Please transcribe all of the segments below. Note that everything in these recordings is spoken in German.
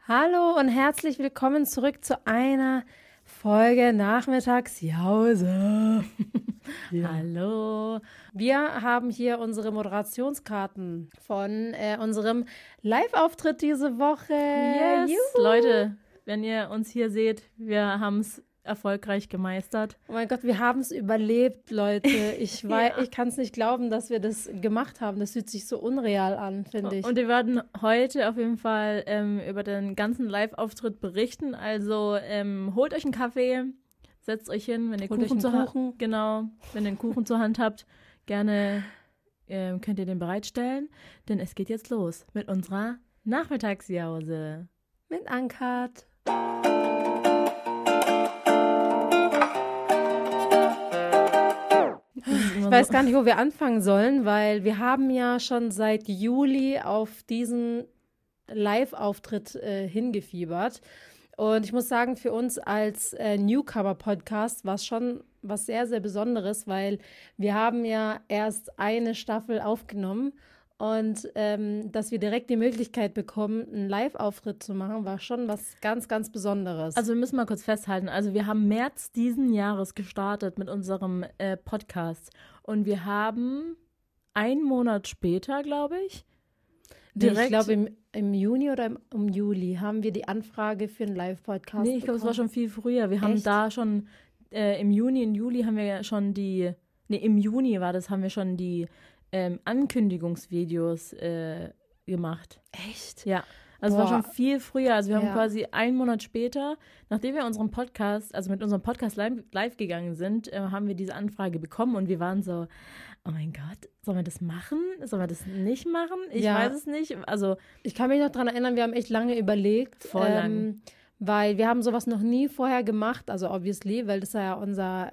Hallo und herzlich willkommen zurück zu einer Folge Nachmittagsjause. Ja. Hallo. Wir haben hier unsere Moderationskarten von unserem Live-Auftritt diese Woche. Yes, Juhu. Leute, wenn ihr uns hier seht, wir haben es erfolgreich gemeistert. Oh mein Gott, wir haben es überlebt, Leute. Ich kann es nicht glauben, dass wir das gemacht haben. Das fühlt sich so unreal an, finde ich. Und wir werden heute auf jeden Fall über den ganzen Live-Auftritt berichten. Also holt euch einen Kaffee, setzt euch hin, wenn ihr Holt euch einen Kuchen. Genau, wenn ihr einen Kuchen zur Hand habt, gerne könnt ihr den bereitstellen, denn es geht jetzt los mit unserer Nachmittagsjause. Mit Ankat. Ich weiß gar nicht, wo wir anfangen sollen, weil wir haben ja schon seit Juli auf diesen Live-Auftritt hingefiebert. Und ich muss sagen, für uns als Newcomer-Podcast war es schon was sehr, sehr Besonderes, weil wir haben ja erst eine Staffel aufgenommen und dass wir direkt die Möglichkeit bekommen, einen Live-Auftritt zu machen, war schon was ganz, ganz Besonderes. Also wir müssen mal kurz festhalten, also wir haben März diesen Jahres gestartet mit unserem Podcast und wir haben einen Monat später, glaube ich, ich glaube im Juni oder im Juli haben wir die Anfrage für einen Live-Podcast Nee, ich glaube, es war schon viel früher. Wir haben Echt? da schon im Juli haben wir ja schon im Juni haben wir schon die Ankündigungsvideos gemacht. Echt? Ja, also es war schon viel früher. Also wir haben Ja. quasi einen Monat später, nachdem wir mit unserem Podcast live gegangen sind, haben wir diese Anfrage bekommen und wir waren so, oh mein Gott, sollen wir das machen? Sollen wir das nicht machen? Ich Ja. weiß es nicht. Also Ich kann mich noch daran erinnern, wir haben echt lange überlegt. Voll lang. Weil wir haben sowas noch nie vorher gemacht, also obviously, weil das ja unser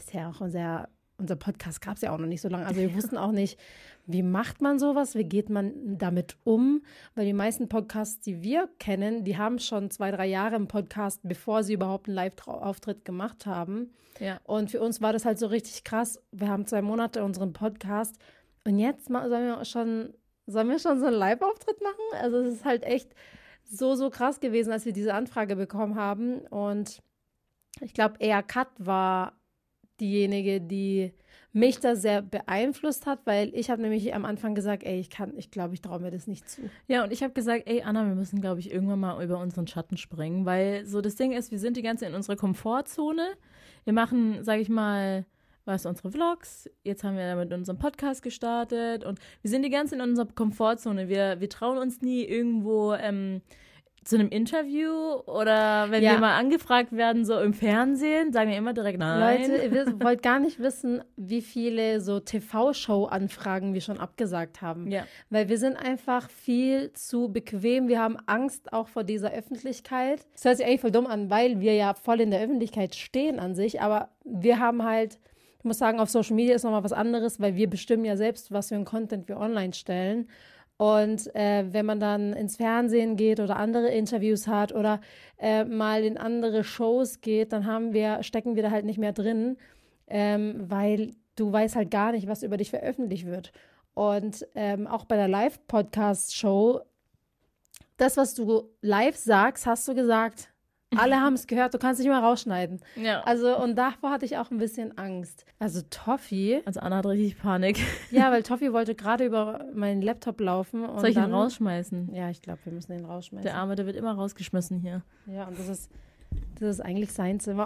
Podcast gab es ja auch noch nicht so lange. Also wir wussten auch nicht, wie macht man sowas, wie geht man damit um, weil die meisten Podcasts, die wir kennen, die haben schon 2-3 Jahre im Podcast, bevor sie überhaupt einen Live-Auftritt gemacht haben. ja. Und für uns war das halt so richtig krass. Wir haben 2 Monate unseren Podcast und jetzt sollen wir schon so einen Live-Auftritt machen? Also es ist halt echt so krass gewesen, als wir diese Anfrage bekommen haben. Und ich glaube, eher Kat war diejenige, die mich da sehr beeinflusst hat, weil ich habe nämlich am Anfang gesagt, ich glaube, ich traue mir das nicht zu. Ja, und ich habe gesagt, Anna, wir müssen, glaube ich, irgendwann mal über unseren Schatten springen, weil so das Ding ist, wir sind die ganze Zeit in unserer Komfortzone. Wir machen, sage ich mal, unsere Vlogs. Jetzt haben wir mit unserem Podcast gestartet und wir sind die ganze Zeit in unserer Komfortzone. Wir trauen uns nie irgendwo zu einem Interview oder wenn wir mal angefragt werden, so im Fernsehen, sagen wir immer direkt nein. Leute, ihr wollt gar nicht wissen, wie viele so TV-Show-Anfragen wir schon abgesagt haben. Ja. Weil wir sind einfach viel zu bequem. Wir haben Angst auch vor dieser Öffentlichkeit. Das hört sich eigentlich voll dumm an, weil wir ja voll in der Öffentlichkeit stehen an sich. Aber wir haben halt, ich muss sagen, auf Social Media ist nochmal was anderes, weil wir bestimmen ja selbst, was für ein Content wir online stellen. Und wenn man dann ins Fernsehen geht oder andere Interviews hat oder mal in andere Shows geht, dann stecken wir da halt nicht mehr drin, weil du weißt halt gar nicht, was über dich veröffentlicht wird. Und auch bei der Live-Podcast-Show, das, was du live sagst, hast du gesagt. Alle haben es gehört, du kannst nicht mal rausschneiden. Ja. Also, und davor hatte ich auch ein bisschen Angst. Also Toffi. Also Anna hat richtig Panik. Ja, weil Toffi wollte gerade über meinen Laptop laufen. Und Soll ich ihn dann rausschmeißen? Ja, ich glaube, wir müssen ihn rausschmeißen. Der Arme, der wird immer rausgeschmissen hier. Ja, und das ist eigentlich sein Zimmer.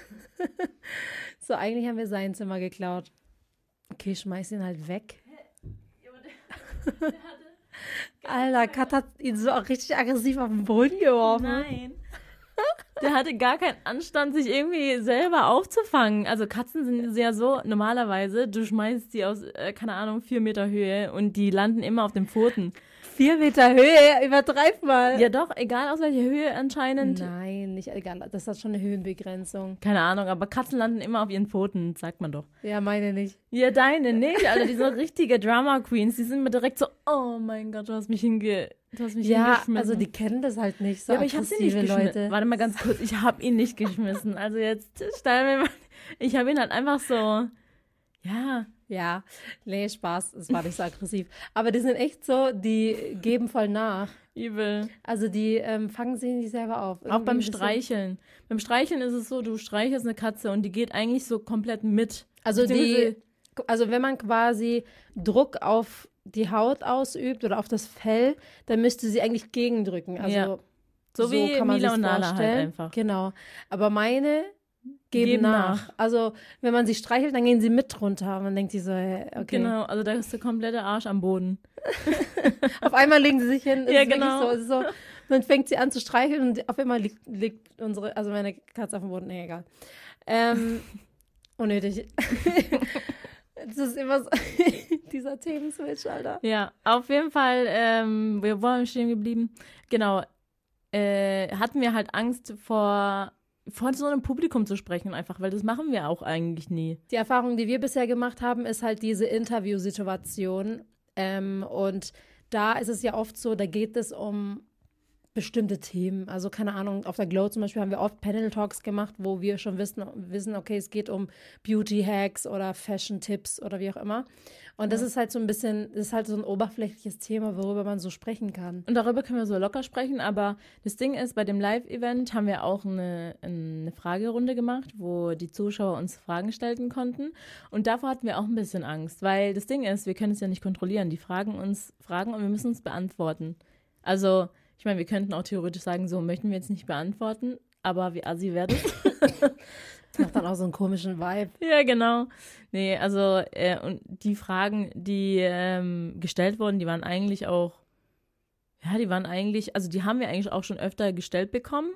So, eigentlich haben wir sein Zimmer geklaut. Okay, schmeiß ihn halt weg. Alter, Kat hat ihn so auch richtig aggressiv auf den Boden geworfen. Nein. Der hatte gar keinen Anstand, sich irgendwie selber aufzufangen. Also Katzen sind ja so, normalerweise, du schmeißt sie aus, keine Ahnung, 4 Meter Höhe und die landen immer auf den Pfoten. 4 Meter Höhe, übertreib mal. Ja doch, egal aus welcher Höhe anscheinend. Nein, nicht egal. Das hat schon eine Höhenbegrenzung. Keine Ahnung, aber Katzen landen immer auf ihren Pfoten, sagt man doch. Ja, meine nicht. Ja, deine nicht, Alter, die sind richtige Drama Queens. Die sind mir direkt so, oh mein Gott, du hast mich hingeschmissen. Ja, also die kennen das halt nicht so. Ja, aber ich habe sie nicht geschmissen. Leute. Warte mal ganz kurz, ich habe ihn nicht geschmissen. Also jetzt stell mir mal, ich habe ihn halt einfach so, ja, Ja, nee, Spaß, es war nicht so aggressiv. Aber die sind echt so, die geben voll nach. Übel. Also die fangen sich nicht selber auf. Auch Irgendwie beim ein bisschen- Streicheln. Beim Streicheln ist es so, du streichelst eine Katze und die geht eigentlich so komplett mit. Also Beziehungsweise- also wenn man quasi Druck auf die Haut ausübt oder auf das Fell, dann müsste sie eigentlich gegendrücken. Also Ja. So wie kann man Mila sich's und Nala halt vorstellen. einfach. Genau. Aber meine geben Geben nach. nach. Also wenn man sie streichelt, dann gehen sie mit runter. Man denkt sich so, okay. Genau, also da ist der komplette Arsch am Boden. Auf einmal legen sie sich hin. Es Ja, ist wirklich genau. So, es ist so, man fängt sie an zu streicheln und auf einmal liegt also meine Katze auf dem Boden. Nee, egal. Unnötig. Das ist immer so, dieser Themenswitch, Alter. Ja, auf jeden Fall, wir waren stehen geblieben. Genau, hatten wir halt Angst vor so einem Publikum zu sprechen einfach, weil das machen wir auch eigentlich nie. Die Erfahrung, die wir bisher gemacht haben, ist halt diese Interviewsituation. Und da ist es ja oft so, da geht es um bestimmte Themen. Also keine Ahnung, auf der Glow zum Beispiel haben wir oft Panel-Talks gemacht, wo wir schon wissen, okay, es geht um Beauty-Hacks oder Fashion-Tipps oder wie auch immer. Und das ist halt so ein bisschen, das ist halt so ein oberflächliches Thema, worüber man so sprechen kann. Und darüber können wir so locker sprechen, aber das Ding ist, bei dem Live-Event haben wir auch eine Fragerunde gemacht, wo die Zuschauer uns Fragen stellen konnten. Und davor hatten wir auch ein bisschen Angst, weil das Ding ist, wir können es ja nicht kontrollieren. Die fragen uns Fragen und wir müssen uns beantworten. Also, ich meine, wir könnten auch theoretisch sagen, so möchten wir jetzt nicht beantworten, aber wie assi wäre das? Das macht dann auch so einen komischen Vibe. Ja, genau. Nee, also, und die Fragen, die gestellt wurden, die waren eigentlich auch, ja, die haben wir eigentlich auch schon öfter gestellt bekommen.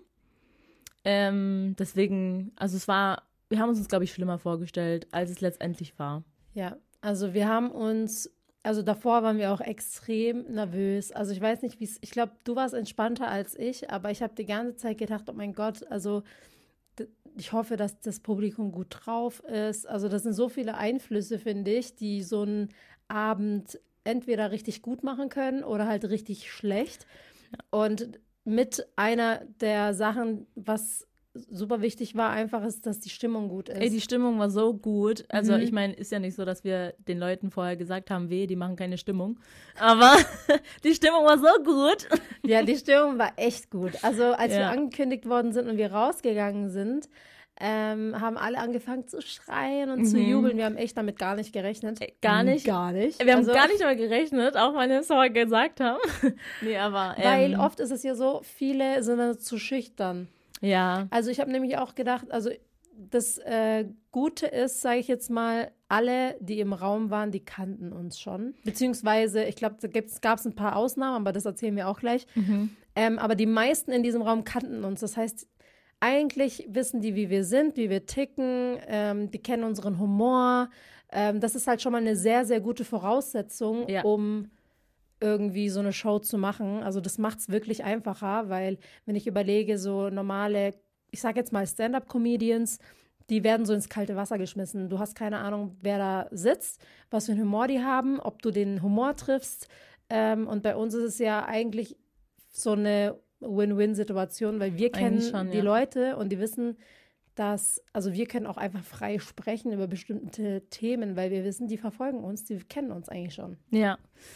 Deswegen, also wir haben uns das, glaube ich, schlimmer vorgestellt, als es letztendlich war. Ja, also wir haben uns, also davor waren wir auch extrem nervös. Also ich weiß nicht, ich glaube, du warst entspannter als ich, aber ich habe die ganze Zeit gedacht, oh mein Gott, also ich hoffe, dass das Publikum gut drauf ist. Also das sind so viele Einflüsse, finde ich, die so einen Abend entweder richtig gut machen können oder halt richtig schlecht. Und mit einer der Sachen, was super wichtig war, einfach ist, dass die Stimmung gut ist. Ey, die Stimmung war so gut. Also ich meine, ist ja nicht so, dass wir den Leuten vorher gesagt haben, die machen keine Stimmung. Aber die Stimmung war so gut. Ja, die Stimmung war echt gut. Also als wir angekündigt worden sind und wir rausgegangen sind, haben alle angefangen zu schreien und zu jubeln. Wir haben echt damit gar nicht gerechnet. Gar nicht. Gar nicht. Wir haben gar nicht damit gerechnet, auch wenn wir es vorher gesagt haben. Nee, aber weil oft ist es ja so, viele sind dann zu schüchtern. Ja. Also ich habe nämlich auch gedacht, also das Gute ist, sage ich jetzt mal, alle, die im Raum waren, die kannten uns schon. Beziehungsweise, ich glaube, da gab es ein paar Ausnahmen, aber das erzählen wir auch gleich. Aber die meisten in diesem Raum kannten uns. Das heißt, eigentlich wissen die, wie wir sind, wie wir ticken, die kennen unseren Humor. Das ist halt schon mal eine sehr, sehr gute Voraussetzung, um irgendwie so eine Show zu machen. Also das macht es wirklich einfacher, weil wenn ich überlege, so normale, ich sage jetzt mal Stand-up-Comedians, die werden so ins kalte Wasser geschmissen. Du hast keine Ahnung, wer da sitzt, was für einen Humor die haben, ob du den Humor triffst. Und bei uns ist es ja eigentlich so eine Win-Win-Situation, weil wir kennen schon, die Leute und die wissen, dass, also wir können auch einfach frei sprechen über bestimmte Themen, weil wir wissen, die verfolgen uns, die kennen uns eigentlich schon. Ja.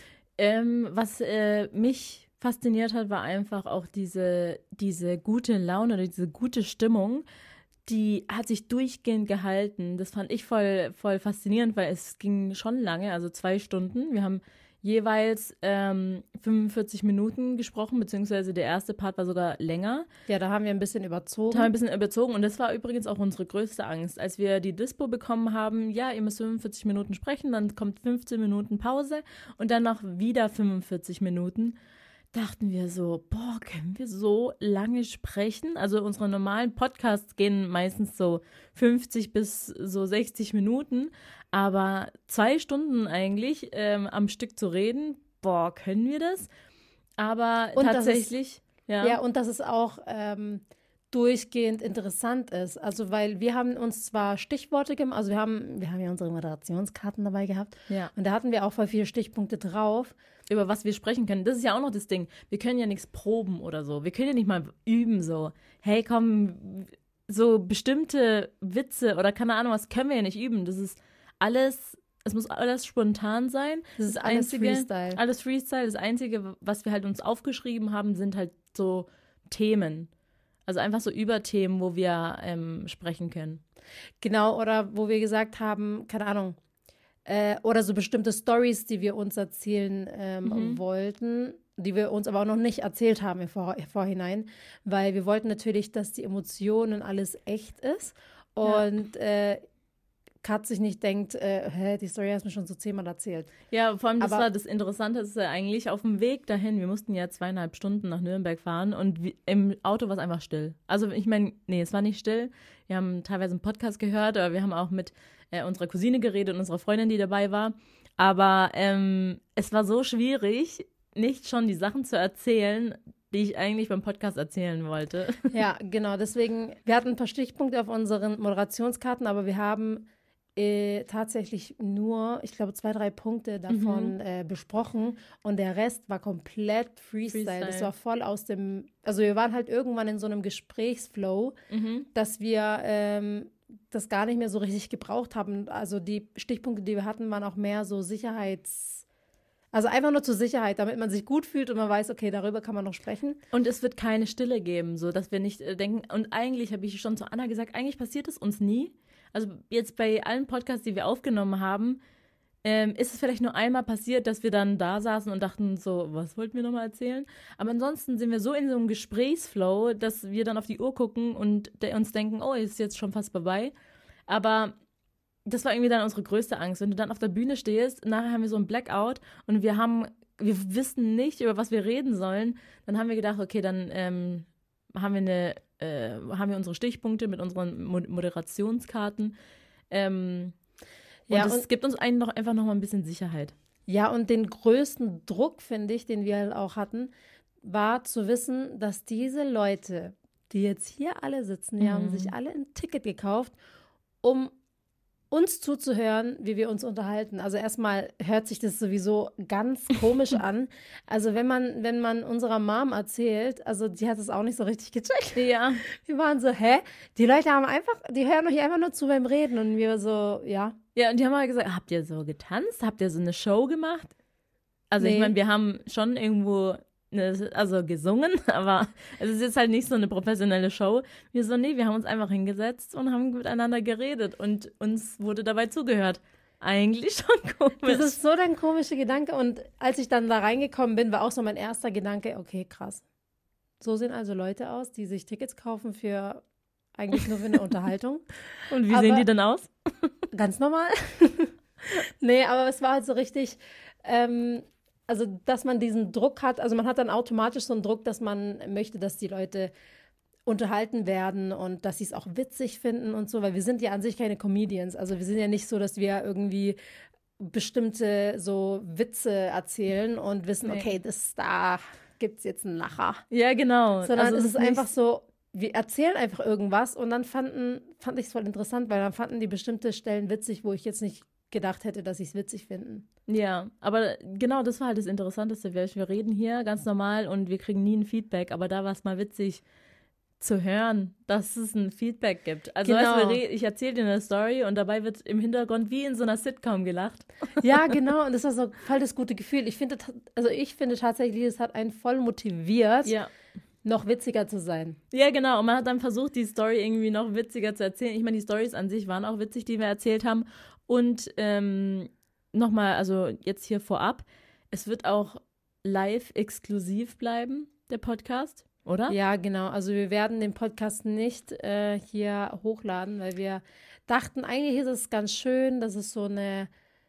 Was mich fasziniert hat, war einfach auch diese gute Laune oder diese gute Stimmung, die hat sich durchgehend gehalten. Das fand ich voll faszinierend, weil es ging schon lange, also 2 Stunden. Wir haben jeweils 45 Minuten gesprochen, beziehungsweise der erste Part war sogar länger. Ja, da haben wir ein bisschen überzogen. Und das war übrigens auch unsere größte Angst. Als wir die Dispo bekommen haben, ja, ihr müsst 45 Minuten sprechen, dann kommt 15 Minuten Pause und dann noch wieder 45 Minuten. Dachten wir so, boah, können wir so lange sprechen? Also unsere normalen Podcasts gehen meistens so 50 bis so 60 Minuten, aber 2 Stunden eigentlich am Stück zu reden, boah, können wir das? Aber und tatsächlich, und dass es auch durchgehend interessant ist. Also, weil wir haben uns zwar Stichworte gemacht, also wir haben ja unsere Moderationskarten dabei gehabt und da hatten wir auch voll viele Stichpunkte drauf. Über was wir sprechen können. Das ist ja auch noch das Ding. Wir können ja nichts proben oder so. Wir können ja nicht mal üben so. Hey, komm, so bestimmte Witze oder keine Ahnung, was können wir ja nicht üben. Das ist alles es muss alles spontan sein. Das ist alles Freestyle. Alles Freestyle. Das Einzige, was wir halt uns aufgeschrieben haben, sind halt so Themen. Also einfach so Überthemen, wo wir sprechen können. Genau, oder wo wir gesagt haben, keine Ahnung, oder so bestimmte Stories, die wir uns erzählen wollten, die wir uns aber auch noch nicht erzählt haben im Vorhinein, weil wir wollten natürlich, dass die Emotionen alles echt ist und Kat sich nicht denkt, die Story hast du mir schon so 10-mal erzählt. Ja, vor allem, das war das Interessante, ist eigentlich auf dem Weg dahin, wir mussten ja 2,5 Stunden nach Nürnberg fahren und im Auto war es einfach still. Also ich meine, nee, es war nicht still. Wir haben teilweise einen Podcast gehört, aber wir haben auch mit unserer Cousine geredet und unserer Freundin, die dabei war. Aber es war so schwierig, nicht schon die Sachen zu erzählen, die ich eigentlich beim Podcast erzählen wollte. Ja, genau. Deswegen, wir hatten ein paar Stichpunkte auf unseren Moderationskarten, aber wir haben tatsächlich nur, ich glaube, 2, 3 Punkte davon besprochen und der Rest war komplett Freestyle. Das war voll aus dem, also wir waren halt irgendwann in so einem Gesprächsflow, dass wir das gar nicht mehr so richtig gebraucht haben. Also die Stichpunkte, die wir hatten, waren auch mehr so also einfach nur zur Sicherheit, damit man sich gut fühlt und man weiß, okay, darüber kann man noch sprechen. Und es wird keine Stille geben, so dass wir nicht denken, und eigentlich habe ich schon zu Anna gesagt, eigentlich passiert es uns nie. Also jetzt bei allen Podcasts, die wir aufgenommen haben, ist es vielleicht nur einmal passiert, dass wir dann da saßen und dachten so, was wollten wir nochmal erzählen? Aber ansonsten sind wir so in so einem Gesprächsflow, dass wir dann auf die Uhr gucken und uns denken, oh, ist jetzt schon fast vorbei. Aber das war irgendwie dann unsere größte Angst. Wenn du dann auf der Bühne stehst, nachher haben wir so ein Blackout und wir wissen nicht, über was wir reden sollen, dann haben wir gedacht, okay, dann haben wir unsere Stichpunkte mit unseren Moderationskarten. Und es gibt uns einfach noch mal ein bisschen Sicherheit. Ja, und den größten Druck, finde ich, den wir halt auch hatten, war zu wissen, dass diese Leute, die jetzt hier alle sitzen, die haben sich alle ein Ticket gekauft, um uns zuzuhören, wie wir uns unterhalten. Also erstmal hört sich das sowieso ganz komisch an. Also wenn man unserer Mom erzählt, also die hat es auch nicht so richtig gecheckt. Ja. Wir waren so, die Leute die hören euch einfach nur zu beim Reden. Und wir so, ja. Ja, und die haben mal gesagt, habt ihr so getanzt? Habt ihr so eine Show gemacht? Also ich meine, wir haben schon irgendwo gesungen, aber es ist jetzt halt nicht so eine professionelle Show. Wir so, nee, wir haben uns einfach hingesetzt und haben miteinander geredet und uns wurde dabei zugehört. Eigentlich schon komisch. Das ist so ein komischer Gedanke und als ich dann da reingekommen bin, war auch so mein erster Gedanke, okay, krass. So sehen also Leute aus, die sich Tickets kaufen eigentlich nur für eine Unterhaltung. Und wie sehen die denn aus? Ganz normal. Nee, aber es war halt so richtig, also, dass man diesen Druck hat, also man hat dann automatisch so einen Druck, dass man möchte, dass die Leute unterhalten werden und dass sie es auch witzig finden und so, weil wir sind ja an sich keine Comedians. Also wir sind ja nicht so, dass wir irgendwie bestimmte so Witze erzählen und wissen, okay, da gibt es jetzt einen Lacher. Ja, genau. Sondern also es ist einfach so, wir erzählen einfach irgendwas und dann fand ich es voll interessant, weil dann fanden die bestimmte Stellen witzig, wo ich jetzt nicht gedacht hätte, dass sie es witzig finden. Ja, aber genau, das war halt das Interessanteste. Wir reden hier ganz normal und wir kriegen nie ein Feedback, aber da war es mal witzig zu hören, dass es ein Feedback gibt. Also genau. Ich erzähle dir eine Story und dabei wird im Hintergrund wie in so einer Sitcom gelacht. Ja, genau, und das war so voll das gute Gefühl. Ich finde tatsächlich, es hat einen voll motiviert, noch witziger zu sein. Ja, genau, und man hat dann versucht, die Story irgendwie noch witziger zu erzählen. Ich meine, die Storys an sich waren auch witzig, die wir erzählt haben. Und nochmal, also jetzt hier vorab, es wird auch live exklusiv bleiben, der Podcast, oder? Ja, genau. Also wir werden den Podcast nicht hier hochladen, weil wir dachten, eigentlich ist es ganz schön, dass es so eine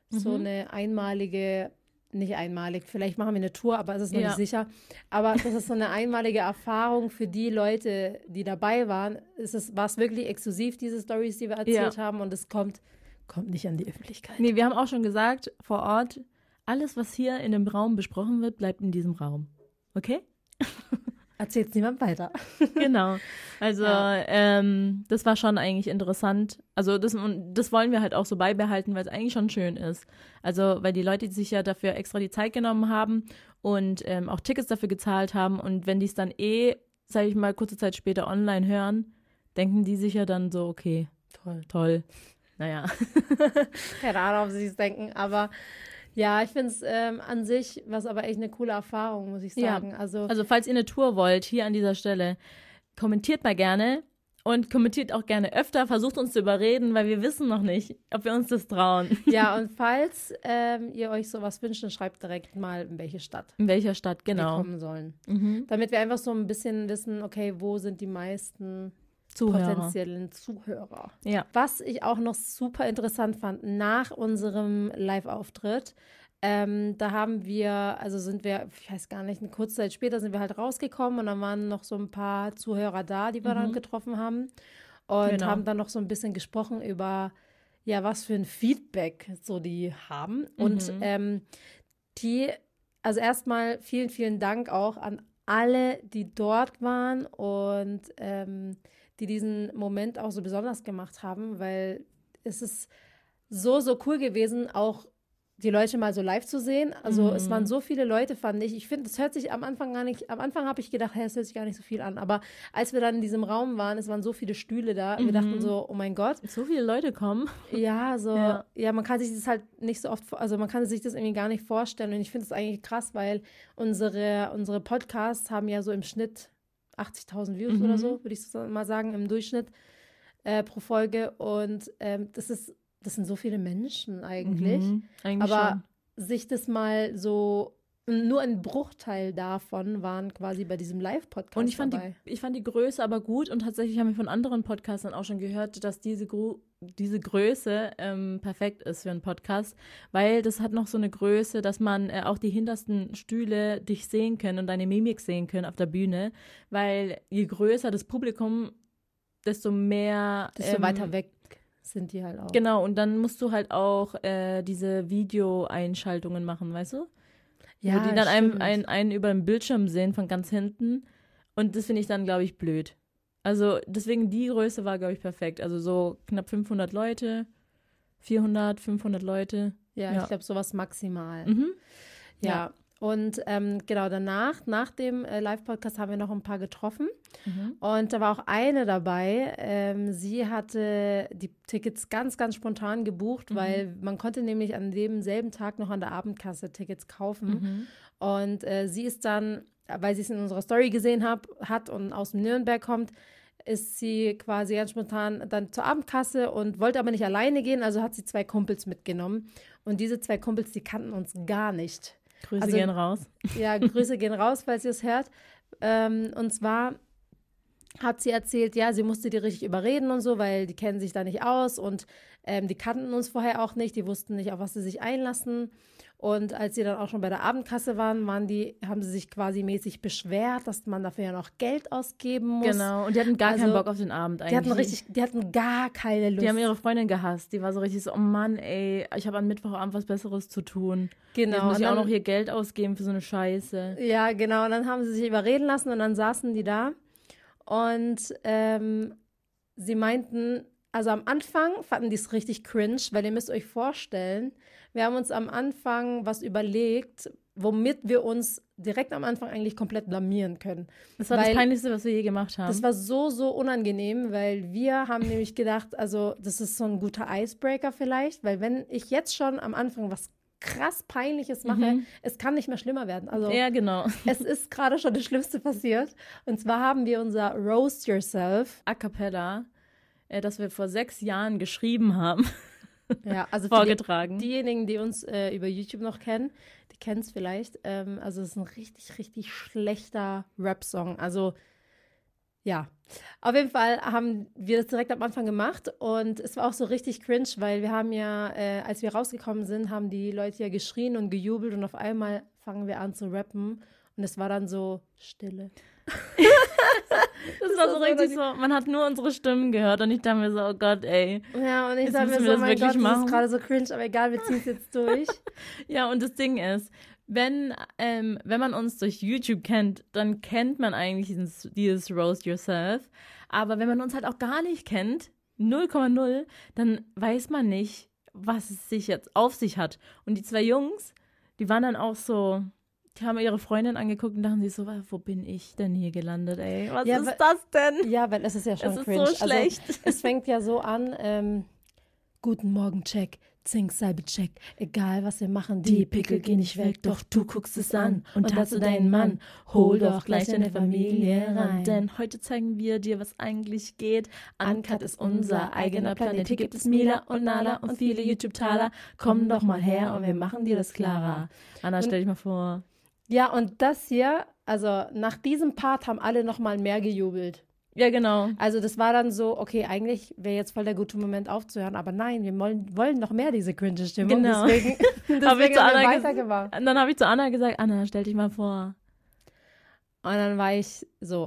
einmalige, nicht einmalig, vielleicht machen wir eine Tour, aber es ist noch nicht sicher. Aber das ist so eine einmalige Erfahrung für die Leute, die dabei waren. War es wirklich exklusiv, diese Storys, die wir erzählt haben, und es kommt nicht an die Öffentlichkeit. Nee, wir haben auch schon gesagt, vor Ort, alles, was hier in dem Raum besprochen wird, bleibt in diesem Raum. Okay? Erzählt's niemand weiter. Genau. Also, das war schon eigentlich interessant. Also, das wollen wir halt auch so beibehalten, weil es eigentlich schon schön ist. Also, weil die Leute sich ja dafür extra die Zeit genommen haben und auch Tickets dafür gezahlt haben. Und wenn die es dann sage ich mal, kurze Zeit später online hören, denken die sich ja dann so, okay, toll. naja. Keine Ahnung, ob sie es denken, aber ja, ich finde es an sich, was aber echt eine coole Erfahrung, muss ich sagen. Ja. Also Falls ihr eine Tour wollt, hier an dieser Stelle, kommentiert mal gerne und kommentiert auch gerne öfter, versucht uns zu überreden, weil wir wissen noch nicht, ob wir uns das trauen. ja, und falls ihr euch sowas wünscht, dann schreibt direkt mal, in welche Stadt In welcher Stadt, wir genau. kommen sollen. Mhm. Damit wir einfach so ein bisschen wissen, okay, wo sind die meisten Zuhörer. potenziellen Zuhörer. Ja. Was ich auch noch super interessant fand, nach unserem Live-Auftritt, da haben wir, also sind wir, ich weiß gar nicht, eine kurze Zeit später sind wir halt rausgekommen und dann waren noch so ein paar Zuhörer da, die wir dann getroffen haben und Genau. haben dann noch so ein bisschen gesprochen über, ja, was für ein Feedback so die haben. Und also erstmal vielen, vielen Dank auch an alle, die dort waren und die diesen Moment auch so besonders gemacht haben, weil es ist so, so cool gewesen, auch die Leute mal so live zu sehen. Also es waren so viele Leute, fand ich. Ich finde, es hört sich am Anfang gar nicht, am Anfang habe ich gedacht, es hört sich gar nicht so viel an. Aber als wir dann in diesem Raum waren, es waren so viele Stühle da, wir dachten so, oh mein Gott. So viele Leute kommen. Ja, so, Ja. ja, man kann sich das halt nicht so oft, also man kann sich das irgendwie gar nicht vorstellen. Und ich finde es eigentlich krass, weil unsere Podcasts haben ja so im Schnitt 80.000 Views oder so, würde ich so mal sagen, im Durchschnitt pro Folge. Und das sind so viele Menschen eigentlich. Eigentlich Aber schon. sich das mal so, nur ein Bruchteil davon waren quasi bei diesem Live-Podcast Und ich fand dabei. die Größe aber gut und tatsächlich haben wir von anderen Podcastern auch schon gehört, dass diese Größe perfekt ist für einen Podcast, weil das hat noch so eine Größe, dass man auch die hintersten Stühle dich sehen können und deine Mimik sehen können auf der Bühne, weil je größer das Publikum, desto mehr Desto weiter weg sind die halt auch. Genau, und dann musst du halt auch diese Videoeinschaltungen machen, weißt du? Ja, Wo die dann stimmt. einen über den Bildschirm sehen von ganz hinten. Und das finde ich dann, glaube ich, blöd. Also deswegen die Größe war, glaube ich, perfekt. Also so knapp 500 Leute, 400, 500 Leute. Ja, ich glaube, sowas maximal. Mhm. Ja. Und genau danach, nach dem Live-Podcast, haben wir noch ein paar getroffen. Und da war auch eine dabei. Sie hatte die Tickets ganz, ganz spontan gebucht, weil man konnte nämlich an demselben Tag noch an der Abendkasse Tickets kaufen. Und sie ist dann, weil sie es in unserer Story gesehen hat und aus dem Nürnberg kommt, ist sie quasi ganz spontan dann zur Abendkasse und wollte aber nicht alleine gehen, also hat sie 2 Kumpels mitgenommen. Und diese 2 Kumpels, die kannten uns gar nicht. Grüße gehen raus. Ja, Grüße gehen raus, falls ihr es hört. Und zwar hat sie erzählt, ja, sie musste die richtig überreden und so, weil die kennen sich da nicht aus und die kannten uns vorher auch nicht, die wussten nicht, auf was sie sich einlassen. Und als sie dann auch schon bei der Abendkasse waren, haben sie sich quasi mäßig beschwert, dass man dafür ja noch Geld ausgeben muss. Genau, und die hatten gar keinen Bock auf den Abend eigentlich. Die hatten gar keine Lust. Die haben ihre Freundin gehasst. Die war so richtig so, oh Mann, ey, ich habe am Mittwochabend was Besseres zu tun. Genau. Jetzt muss ich und auch dann, noch hier Geld ausgeben für so eine Scheiße. Ja, genau. Und dann haben sie sich überreden lassen und dann saßen die da. Und sie meinten, also am Anfang fanden die es richtig cringe, weil ihr müsst euch vorstellen, wir haben uns am Anfang was überlegt, womit wir uns direkt am Anfang eigentlich komplett blamieren können. Das war das Peinlichste, was wir je gemacht haben. Das war so, so unangenehm, weil wir haben nämlich gedacht, also das ist so ein guter Icebreaker vielleicht, weil wenn ich jetzt schon am Anfang was krass Peinliches mache, es kann nicht mehr schlimmer werden. Also ja, genau. es ist gerade schon das Schlimmste passiert. Und zwar haben wir unser Roast Yourself A cappella, das wir vor 6 Jahren geschrieben haben, also vorgetragen. Diejenigen, die uns über YouTube noch kennen, die kennen es vielleicht. Also es ist ein richtig, richtig schlechter Rap-Song. Also ja, auf jeden Fall haben wir das direkt am Anfang gemacht und es war auch so richtig cringe, weil wir haben ja, als wir rausgekommen sind, haben die Leute ja geschrien und gejubelt und auf einmal fangen wir an zu rappen und es war dann so Stille. Das war so richtig so, man hat nur unsere Stimmen gehört und ich dachte mir so, oh Gott, ey. Ja, und ich jetzt dachte mir müssen so, wir das mein wirklich Gott, das machen. ist gerade so cringe, aber egal, wir ziehen es jetzt durch. Ja, und das Ding ist, wenn man uns durch YouTube kennt, dann kennt man eigentlich dieses Roast Yourself. Aber wenn man uns halt auch gar nicht kennt, 0,0, dann weiß man nicht, was es sich jetzt auf sich hat. Und die 2 Jungs, die waren dann auch so, die haben ihre Freundin angeguckt und dachten sich so, wo bin ich denn hier gelandet, ey? Was ist das denn? Ja, weil es ist ja schon Es ist cringe. so schlecht. Also, es fängt ja so an, Guten Morgen, check. Zink, Salbe, check. Egal, was wir machen, die Pickel gehen nicht weg. Doch du guckst es an und dazu deinen Mann. Hol doch gleich deine Familie rein. Denn heute zeigen wir dir, was eigentlich geht. Uncut ist unser eigener Planet. Hier gibt es Mila und Nala und viele YouTube-Taler. Komm doch mal her und wir machen dir das klarer. Anna, stell dich mal vor. Ja, und das hier, also nach diesem Part haben alle nochmal mehr gejubelt. Ja, genau. Also das war dann so, okay, eigentlich wäre jetzt voll der gute Moment aufzuhören, aber nein, wir wollen noch mehr diese cringe Stimmung. Genau. Deswegen haben wir weitergemacht. Und dann habe ich zu Anna gesagt, Anna, stell dich mal vor. Und dann war ich so,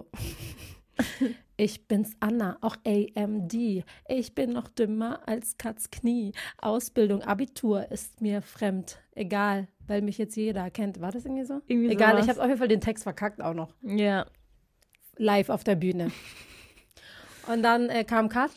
ich bin's Anna, auch AMD. Ich bin noch dümmer als Katz Knie. Ausbildung, Abitur ist mir fremd. Egal, weil mich jetzt jeder kennt. War das irgendwie so? Irgendwie Egal, sowas. ich habe auf jeden Fall den Text verkackt auch noch. Ja. Live auf der Bühne. Und dann kam Cut.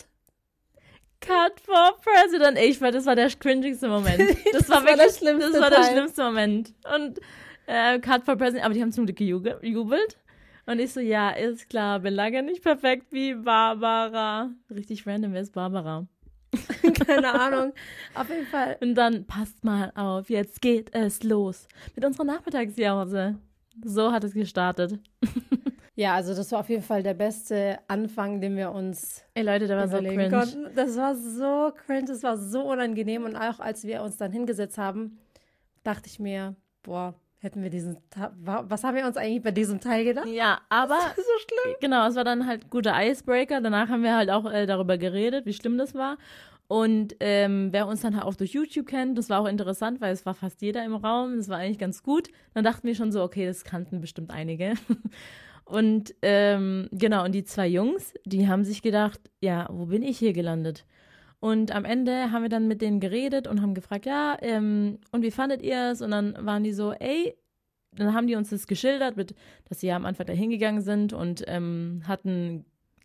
Cut for President. Das war der cringigste Moment. Das war wirklich der schlimmste Das war der Teil. schlimmste Moment. Und Cut for President, aber die haben zum Glück gejubelt. Und ich so, ja, ist klar, bin lange nicht perfekt wie Barbara. Richtig random, wer ist Barbara? Keine Ahnung. Auf jeden Fall. Und dann, passt mal auf, jetzt geht es los. Mit unserer Nachmittagsjause. So hat es gestartet. Ja, also das war auf jeden Fall der beste Anfang, den wir uns Ey Leute, der war so überlegen cringe. konnten. Das war so cringe, das war so unangenehm. Und auch als wir uns dann hingesetzt haben, dachte ich mir, boah, hätten wir was haben wir uns eigentlich bei diesem Teil gedacht? Ja, aber Das ist so schlimm. genau, es war dann halt guter Icebreaker. Danach haben wir halt auch darüber geredet, wie schlimm das war. Und wer uns dann halt auch durch YouTube kennt, das war auch interessant, weil es war fast jeder im Raum. Das war eigentlich ganz gut. Dann dachten wir schon so, okay, das kannten bestimmt einige. Und genau, und die zwei Jungs, die haben sich gedacht, ja, wo bin ich hier gelandet? Und am Ende haben wir dann mit denen geredet und haben gefragt, ja, und wie fandet ihr es? Und dann waren die so, ey, dann haben die uns das geschildert, dass sie ja am Anfang da hingegangen sind und hatten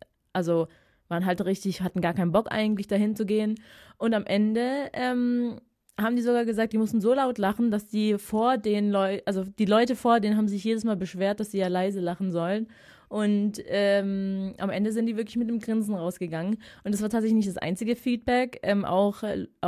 gar keinen Bock eigentlich dahin zu gehen. Und am Ende haben die sogar gesagt, die mussten so laut lachen, dass die die Leute vor denen haben sich jedes Mal beschwert, dass sie ja leise lachen sollen. Und am Ende sind die wirklich mit einem Grinsen rausgegangen. Und das war tatsächlich nicht das einzige Feedback. Auch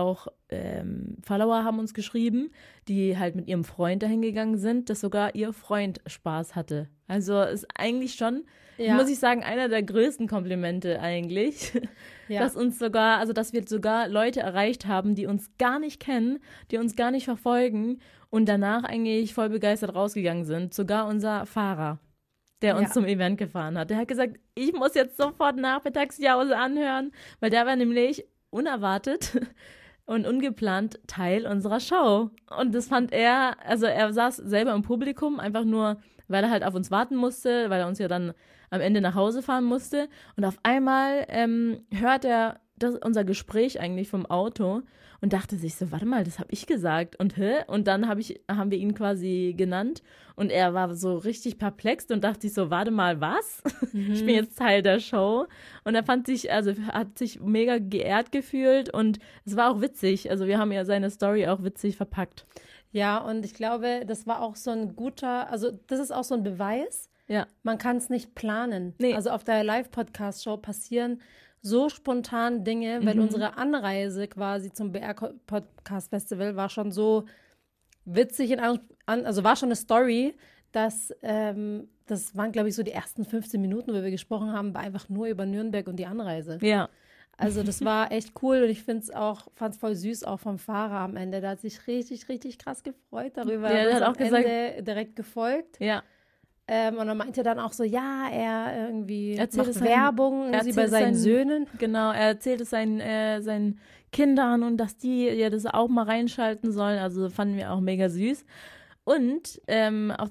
Follower haben uns geschrieben, die halt mit ihrem Freund dahin gegangen sind, dass sogar ihr Freund Spaß hatte. Also ist eigentlich schon, muss ich sagen, einer der größten Komplimente eigentlich. Ja. Dass wir sogar Leute erreicht haben, die uns gar nicht kennen, die uns gar nicht verfolgen und danach eigentlich voll begeistert rausgegangen sind. Sogar unser Fahrer, der uns zum Event gefahren hat. Der hat gesagt, ich muss jetzt sofort Nachmittagsjause anhören, weil der war nämlich unerwartet und ungeplant Teil unserer Show. Und das fand er saß selber im Publikum, einfach nur, weil er halt auf uns warten musste, weil er uns ja dann am Ende nach Hause fahren musste. Und auf einmal hört er unser Gespräch eigentlich vom Auto und dachte sich so, warte mal, das habe ich gesagt. Und dann haben wir ihn quasi genannt und er war so richtig perplex und dachte sich so, warte mal, was? Ich bin jetzt Teil der Show. Und er hat sich mega geehrt gefühlt und es war auch witzig. Also wir haben ja seine Story auch witzig verpackt. Ja, und ich glaube, das war auch so das ist auch so ein Beweis. Ja. Man kann es nicht planen. Nee. Also auf der Live-Podcast-Show passieren so spontan Dinge, weil unsere Anreise quasi zum BR-Podcast-Festival war schon so witzig, also war schon eine Story, dass das waren, glaube ich, so die ersten 15 Minuten, wo wir gesprochen haben, war einfach nur über Nürnberg und die Anreise. Ja. Also das war echt cool und ich fand es voll süß auch vom Fahrer am Ende. Der hat sich richtig, richtig krass gefreut darüber. Ja, der hat auch gesagt, Ende direkt gefolgt. Ja. Und dann meinte er dann auch so, ja, er irgendwie Erzählt macht Werbung bei seinen Söhnen. Genau, er erzählt es seinen Kindern und dass die ja das auch mal reinschalten sollen. Also fanden wir auch mega süß. Und auf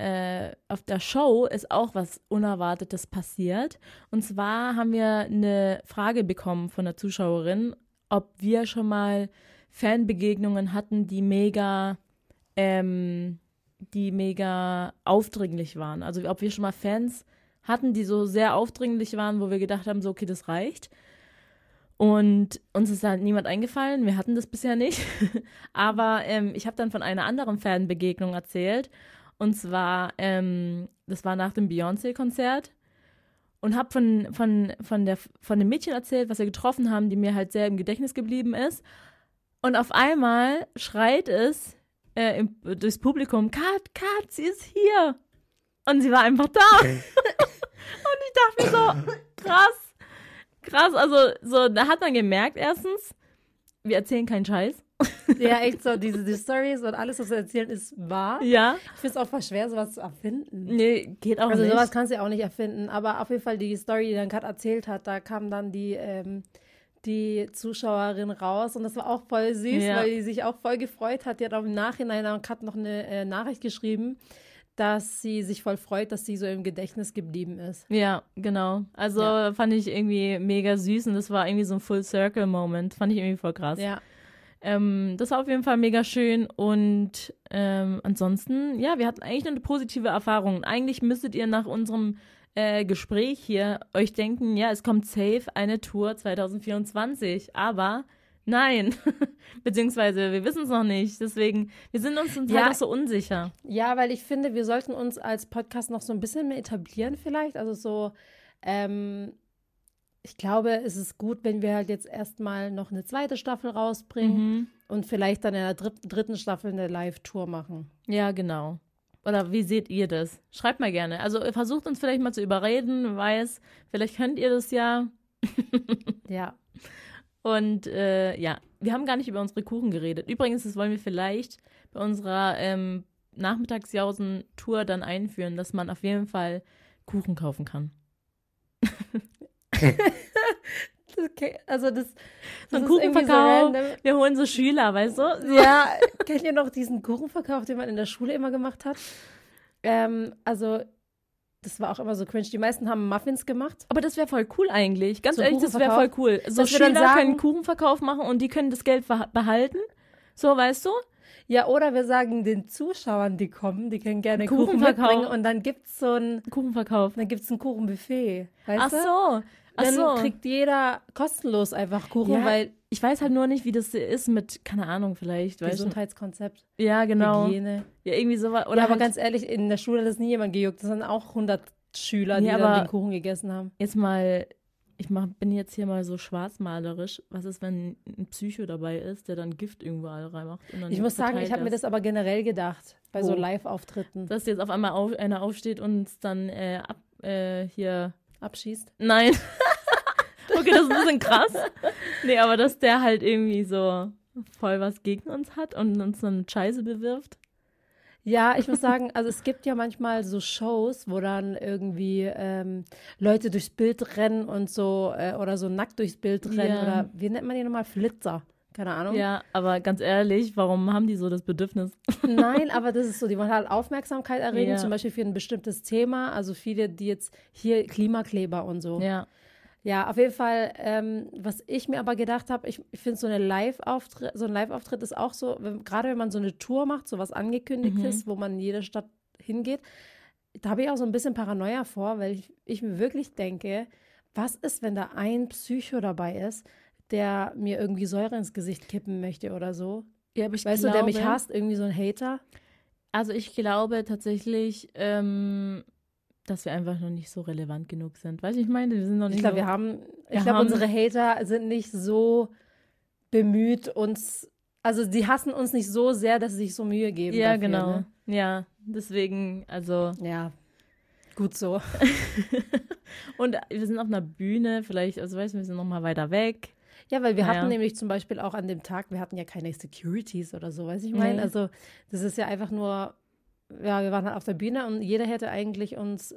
der Show ist auch was Unerwartetes passiert. Und zwar haben wir eine Frage bekommen von der Zuschauerin, ob wir schon mal Fanbegegnungen hatten, die mega aufdringlich waren. Also ob wir schon mal Fans hatten, die so sehr aufdringlich waren, wo wir gedacht haben, so okay, das reicht. Und uns ist halt niemand eingefallen, wir hatten das bisher nicht. Aber ich habe dann von einer anderen Fanbegegnung erzählt. Und zwar, das war nach dem Beyoncé-Konzert. und habe von dem Mädchen erzählt, was wir getroffen haben, die mir halt sehr im Gedächtnis geblieben ist. Und auf einmal schreit es durchs Publikum, Kat, sie ist hier. Und sie war einfach da. Und ich dachte mir so, krass. Also so, da hat man gemerkt, erstens, wir erzählen keinen Scheiß. Ja, echt so, die Stories und alles, was wir erzählen, ist wahr. Ja. Ich finde es auch voll schwer, sowas zu erfinden. Nee, geht auch also nicht. Also sowas kannst du ja auch nicht erfinden. Aber auf jeden Fall die Story, die dann Kat erzählt hat, da kam dann die Zuschauerin raus und das war auch voll süß, weil die sich auch voll gefreut hat. Die hat auch im Nachhinein an Kat noch eine Nachricht geschrieben, dass sie sich voll freut, dass sie so im Gedächtnis geblieben ist. Ja, genau. Also fand ich irgendwie mega süß und das war irgendwie so ein Full-Circle-Moment. Fand ich irgendwie voll krass. Ja. Das war auf jeden Fall mega schön und ansonsten, ja, wir hatten eigentlich eine positive Erfahrung. Eigentlich müsstet ihr nach unserem Gespräch hier euch denken, ja, es kommt safe eine Tour 2024, aber nein, beziehungsweise wir wissen es noch nicht, deswegen, wir sind uns zum Teil auch so unsicher. Ja, weil ich finde, wir sollten uns als Podcast noch so ein bisschen mehr etablieren vielleicht, also so, ich glaube, es ist gut, wenn wir halt jetzt erstmal noch eine zweite Staffel rausbringen und vielleicht dann in der dritten Staffel eine Live-Tour machen. Ja, genau. Oder wie seht ihr das? Schreibt mal gerne. Also versucht uns vielleicht mal zu überreden, weiß, vielleicht könnt ihr das ja. Ja. Und ja, wir haben gar nicht über unsere Kuchen geredet. Übrigens, das wollen wir vielleicht bei unserer Nachmittagsjausen-Tour dann einführen, dass man auf jeden Fall Kuchen kaufen kann. Okay, also das so ein Kuchenverkauf. So wir holen so Schüler, weißt du? So. Ja, kennt ihr noch diesen Kuchenverkauf, den man in der Schule immer gemacht hat? Also das war auch immer so cringe. Die meisten haben Muffins gemacht. Aber das wäre voll cool eigentlich. Ganz ehrlich, das wäre voll cool. So dass Schüler können Kuchenverkauf machen und die können das Geld behalten. So, weißt du? Ja, oder wir sagen den Zuschauern, die kommen, die können gerne Kuchen mitbringen und dann gibt's so ein Kuchenverkauf. Dann gibt's ein Kuchenbuffet, weißt du? Ach so. Dann kriegt jeder kostenlos einfach Kuchen, ja, weil ich weiß halt nur nicht, wie das ist mit, keine Ahnung, vielleicht. Gesundheitskonzept. Ja, genau. Hygiene. Ja, irgendwie sowas. Oder ja, aber halt ganz ehrlich, in der Schule hat das nie jemand gejuckt. Das sind auch 100 Schüler, die dann den Kuchen gegessen haben. Jetzt mal, bin jetzt hier mal so schwarzmalerisch. Was ist, wenn ein Psycho dabei ist, der dann Gift irgendwo reinmacht? Ich muss sagen, ich habe mir das aber generell gedacht, bei so Live-Auftritten. Dass jetzt auf einmal einer aufsteht und dann hier abschießt? Nein. Okay, das ist ein bisschen krass. Nee, aber dass der halt irgendwie so voll was gegen uns hat und uns dann Scheiße bewirft. Ja, ich muss sagen, also es gibt ja manchmal so Shows, wo dann irgendwie Leute durchs Bild rennen und so, oder so nackt durchs Bild rennen, oder wie nennt man die nochmal? Flitzer. Keine Ahnung. Ja, aber ganz ehrlich, warum haben die so das Bedürfnis? Nein, aber das ist so, die wollen halt Aufmerksamkeit erregen, zum Beispiel für ein bestimmtes Thema. Also viele, die jetzt hier Klimakleber und so. Ja. Ja, auf jeden Fall, was ich mir aber gedacht habe, ich finde so ein Live-Auftritt ist auch so, gerade wenn man so eine Tour macht, so was Angekündigtes, wo man in jede Stadt hingeht, da habe ich auch so ein bisschen Paranoia vor, weil ich mir wirklich denke, was ist, wenn da ein Psycho dabei ist, der mir irgendwie Säure ins Gesicht kippen möchte oder so? Ja, aber weißt du, der mich hasst, irgendwie so ein Hater? Also ich glaube tatsächlich, dass wir einfach noch nicht so relevant genug sind. Weißt du, ich meine, wir sind noch nicht ich glaube, unsere Hater sind nicht so bemüht, also die hassen uns nicht so sehr, dass sie sich so Mühe geben. Ja, dafür, genau. Ne? Ja, deswegen, also. Ja, gut so. Und wir sind auf einer Bühne, vielleicht, also weißt du, wir sind noch mal weiter weg. Ja, weil wir hatten nämlich zum Beispiel auch an dem Tag, wir hatten ja keine Securities oder so, weiß ich meine. Nee. Also das ist ja einfach nur, ja, wir waren halt auf der Bühne und jeder hätte eigentlich uns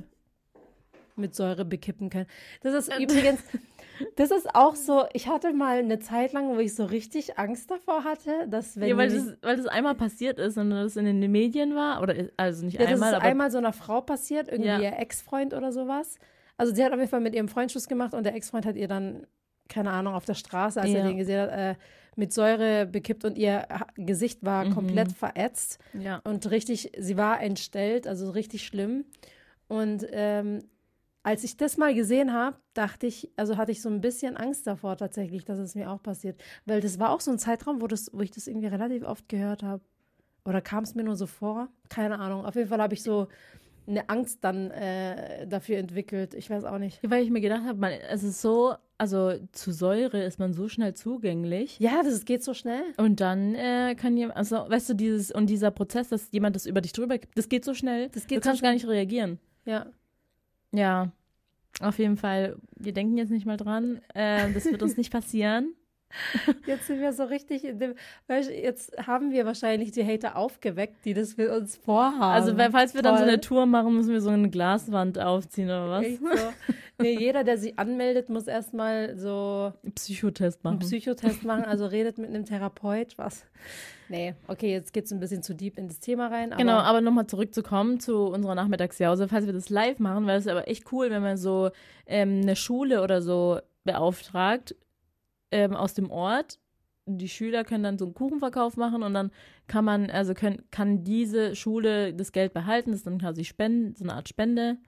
mit Säure bekippen können. Das ist übrigens, das ist auch so, ich hatte mal eine Zeit lang, wo ich so richtig Angst davor hatte, dass wenn weil das einmal passiert ist und das in den Medien war, oder also nicht einmal, das ist einmal so einer Frau passiert, irgendwie ihr Ex-Freund oder sowas. Also sie hat auf jeden Fall mit ihrem Freund Schluss gemacht und der Ex-Freund hat ihr dann, keine Ahnung, auf der Straße, als er den gesehen hat, mit Säure bekippt und ihr Gesicht war komplett verätzt und richtig, sie war entstellt, also richtig schlimm. Und als ich das mal gesehen habe, hatte ich so ein bisschen Angst davor tatsächlich, dass es mir auch passiert. Weil das war auch so ein Zeitraum, wo ich das irgendwie relativ oft gehört habe. Oder kam es mir nur so vor? Keine Ahnung. Auf jeden Fall habe ich so eine Angst dann dafür entwickelt. Ich weiß auch nicht. Weil ich mir gedacht habe, es ist so, also zu Säure ist man so schnell zugänglich. Ja, das geht so schnell. Und dann kann jemand, also weißt du, dieser Prozess, dass jemand das über dich drüber gibt, das geht so schnell. Du kannst gar nicht reagieren. Ja. Ja, auf jeden Fall. Wir denken jetzt nicht mal dran. Das wird uns nicht passieren. Jetzt sind wir so richtig jetzt haben wir wahrscheinlich die Hater aufgeweckt, die das für uns vorhaben. Also falls wir dann so eine Tour machen, müssen wir so eine Glaswand aufziehen oder was? Echt so. Nee, jeder, der sich anmeldet, muss erstmal so einen Psychotest machen. Also redet mit einem Therapeut, was? Nee, okay, jetzt geht's ein bisschen zu deep in das Thema rein. Genau, aber nochmal zurückzukommen zu unserer Nachmittagsjause, falls wir das live machen, weil es aber echt cool, wenn man so eine Schule oder so beauftragt, aus dem Ort. Die Schüler können dann so einen Kuchenverkauf machen und dann kann diese Schule das Geld behalten, das ist dann quasi Spenden, so eine Art Spende.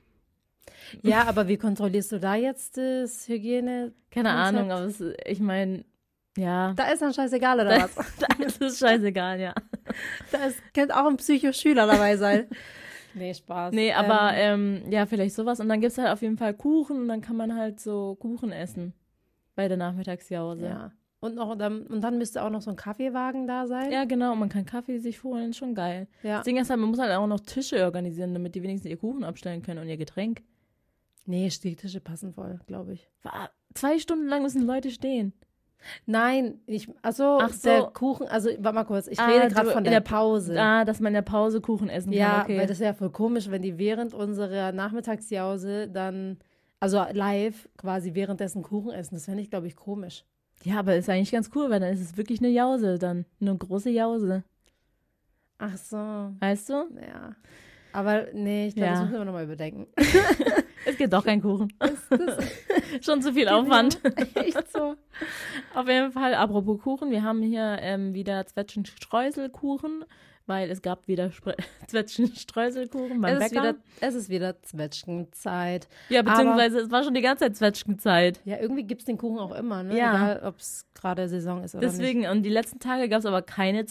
Ja, aber wie kontrollierst du da jetzt das Hygiene? Keine Ahnung, aber ich meine, ja. Da ist dann scheißegal, oder was? Da ist es scheißegal, ja. Könnte auch ein Psychoschüler dabei sein. Nee, Spaß. Nee, aber ja, vielleicht sowas. Und dann gibt es halt auf jeden Fall Kuchen und dann kann man halt so Kuchen essen. Bei der Nachmittagsjause. Ja. Und dann müsste auch noch so ein Kaffeewagen da sein. Ja, genau. Und man kann Kaffee sich holen. Ist schon geil. Ja. Das Ding ist halt, man muss halt auch noch Tische organisieren, damit die wenigstens ihr Kuchen abstellen können und ihr Getränk. Nee, die Tische passen voll, glaube ich. 2 Stunden lang müssen Leute stehen. Nein, der Kuchen, also warte mal kurz, ich rede gerade von der Pause. Dass man in der Pause Kuchen essen kann, ja, okay. Weil das wäre ja voll komisch, wenn die während unserer Nachmittagsjause dann, also live quasi währenddessen Kuchen essen. Das fände ich, glaube ich, komisch. Ja, aber ist eigentlich ganz cool, weil dann ist es wirklich eine Jause dann. Eine große Jause. Ach so. Weißt du? Ja. Aber nee, ich glaube, das müssen wir nochmal überdenken. Es gibt doch keinen Kuchen. Schon zu viel Aufwand. Echt so. Auf jeden Fall, apropos Kuchen, wir haben hier wieder Zwetschgen-Streuselkuchen, weil es gab wieder Zwetschgen-Streuselkuchen beim Bäcker. Es ist wieder Zwetschgenzeit. Ja, beziehungsweise es war schon die ganze Zeit Zwetschgenzeit. Ja, irgendwie gibt es den Kuchen auch immer, ne? Ja. Egal, ob es gerade Saison ist oder Deswegen, nicht. und die letzten Tage gab es aber keine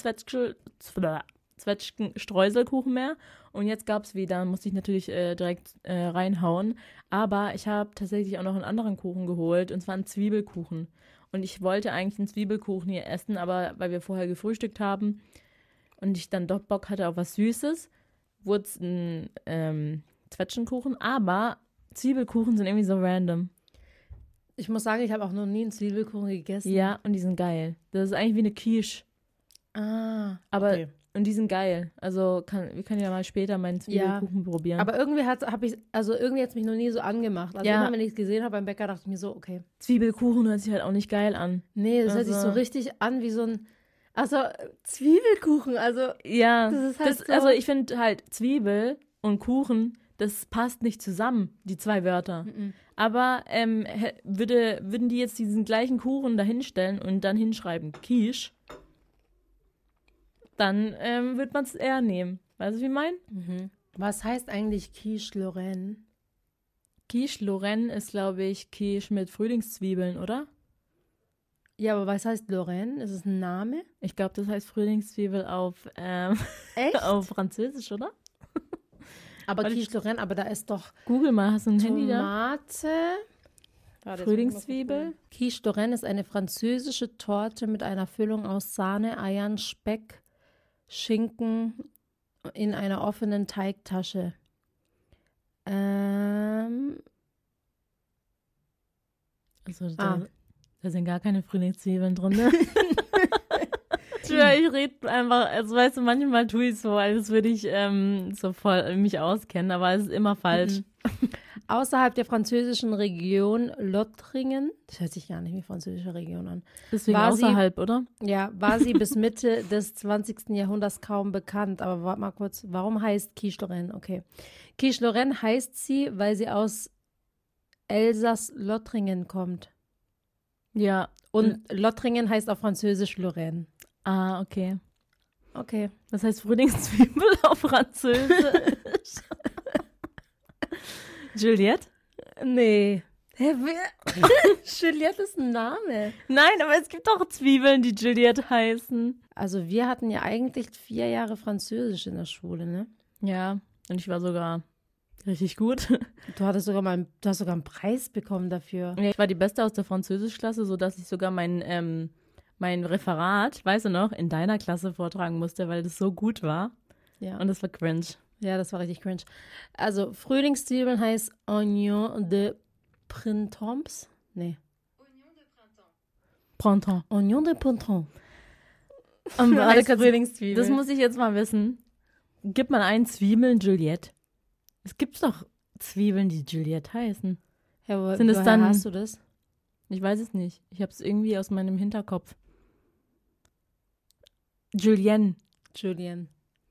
Zwetschgen-Streuselkuchen mehr. Und jetzt gab es wieder, musste ich natürlich direkt reinhauen. Aber ich habe tatsächlich auch noch einen anderen Kuchen geholt, und zwar einen Zwiebelkuchen. Und ich wollte eigentlich einen Zwiebelkuchen hier essen, aber weil wir vorher gefrühstückt haben und ich dann doch Bock hatte auf was Süßes, wurde es ein Zwetschgenkuchen. Aber Zwiebelkuchen sind irgendwie so random. Ich muss sagen, ich habe auch noch nie einen Zwiebelkuchen gegessen. Ja, und die sind geil. Das ist eigentlich wie eine Quiche. Ah, aber okay. Und die sind geil. Also wir können ja mal später meinen Zwiebelkuchen probieren. Aber irgendwie hat es mich noch nie so angemacht. Also immer, wenn ich es gesehen habe beim Bäcker, dachte ich mir so, okay. Zwiebelkuchen hört sich halt auch nicht geil an. Nee, das hört sich so richtig an wie so ein, Zwiebelkuchen, also. Ja, das ist halt so. Also ich finde halt Zwiebel und Kuchen, das passt nicht zusammen, die 2 Wörter. Mhm. Aber würden die jetzt diesen gleichen Kuchen da hinstellen und dann hinschreiben Quiche, dann wird man es eher nehmen. Weißt du, wie ich meine? Mhm. Was heißt eigentlich Quiche Lorraine? Quiche Lorraine ist, glaube ich, Quiche mit Frühlingszwiebeln, oder? Ja, aber was heißt Lorraine? Ist es ein Name? Ich glaube, das heißt Frühlingszwiebel auf, Echt? auf Französisch, oder? Aber Quiche Lorraine, aber da ist doch Google mal, hast du ein Handy da? Tomate. Frühlingszwiebel. Quiche Lorraine ist eine französische Torte mit einer Füllung aus Sahne, Eiern, Speck, Schinken in einer offenen Teigtasche. Also da sind gar keine Frühlingszwiebeln drin, ne? Ich rede einfach, also weißt du, manchmal tue ich so, als würde ich so voll mich auskennen, aber es ist immer falsch. Außerhalb der französischen Region Lothringen, das hört sich gar nicht wie französische Region an. Deswegen außerhalb, oder? Ja, war sie bis Mitte des 20. Jahrhunderts kaum bekannt. Aber warte mal kurz, warum heißt Quiche Lorraine? Okay. Quiche Lorraine heißt sie, weil sie aus Elsass-Lothringen kommt. Ja. Und Lothringen heißt auf Französisch Lorraine. Ah, okay. Okay. Das heißt Frühlingszwiebel auf Französisch. Juliette? Nee. Hä, wer? Juliette ist ein Name. Nein, aber es gibt auch Zwiebeln, die Juliette heißen. Also wir hatten ja eigentlich 4 Jahre Französisch in der Schule, ne? Ja, und ich war sogar Richtig gut. Du hast sogar einen Preis bekommen dafür. Ja, ich war die Beste aus der Französischklasse, sodass ich sogar mein Referat, weißt du noch, in deiner Klasse vortragen musste, weil das so gut war. Ja. Und das war cringe. Ja, das war richtig cringe. Also, Frühlingszwiebeln heißt Oignon de Printemps? Nee. Printemps. Oignon de Printemps. Frühlingszwiebeln. Das muss ich jetzt mal wissen. Gibt man ein Zwiebeln Juliette? Es gibt doch Zwiebeln, die Juliette heißen. Ja, Sind es woher dann- hast du das? Ich weiß es nicht. Ich habe es irgendwie aus meinem Hinterkopf. Julienne. Julien.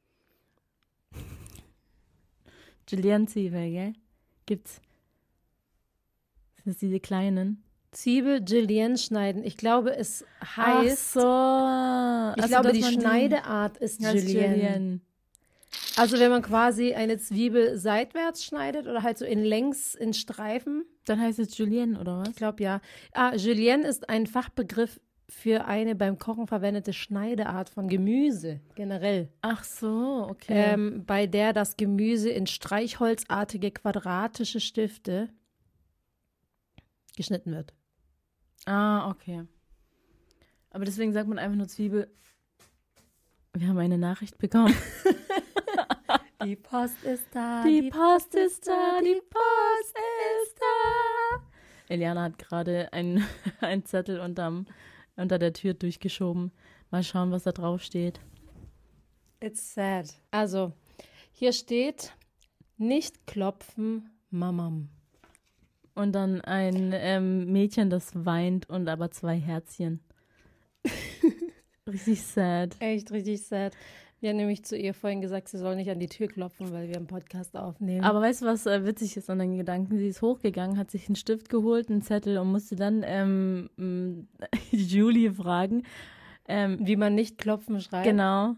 Julienne-Zwiebel, gell? Gibt's. Sind das diese kleinen? Zwiebel Julienne schneiden. Ich glaube, es heißt. Ich glaube, die Schneideart ist Julienne. Also, wenn man quasi eine Zwiebel seitwärts schneidet oder halt so in längs, in Streifen. Dann heißt es Julienne, oder was? Ich glaube, ja. Julienne ist ein Fachbegriff für eine beim Kochen verwendete Schneideart von Gemüse generell. Ach so, okay. Bei der das Gemüse in streichholzartige quadratische Stifte geschnitten wird. Okay. Aber deswegen sagt man einfach nur Zwiebel. Wir haben eine Nachricht bekommen. Die Post ist da. Die Post ist da, die Post ist da. Eliana hat gerade einen Zettel unter der Tür durchgeschoben. Mal schauen, was da drauf steht. It's sad. Also, hier steht, nicht klopfen, Mamam. Und dann ein Mädchen, das weint und aber 2 Herzchen. Richtig sad. Echt richtig sad. Wir haben nämlich zu ihr vorhin gesagt, sie soll nicht an die Tür klopfen, weil wir einen Podcast aufnehmen. Aber weißt du, was witzig ist an den Gedanken? Sie ist hochgegangen, hat sich einen Stift geholt, einen Zettel und musste dann Julie fragen. Wie man nicht klopfen schreibt. Genau.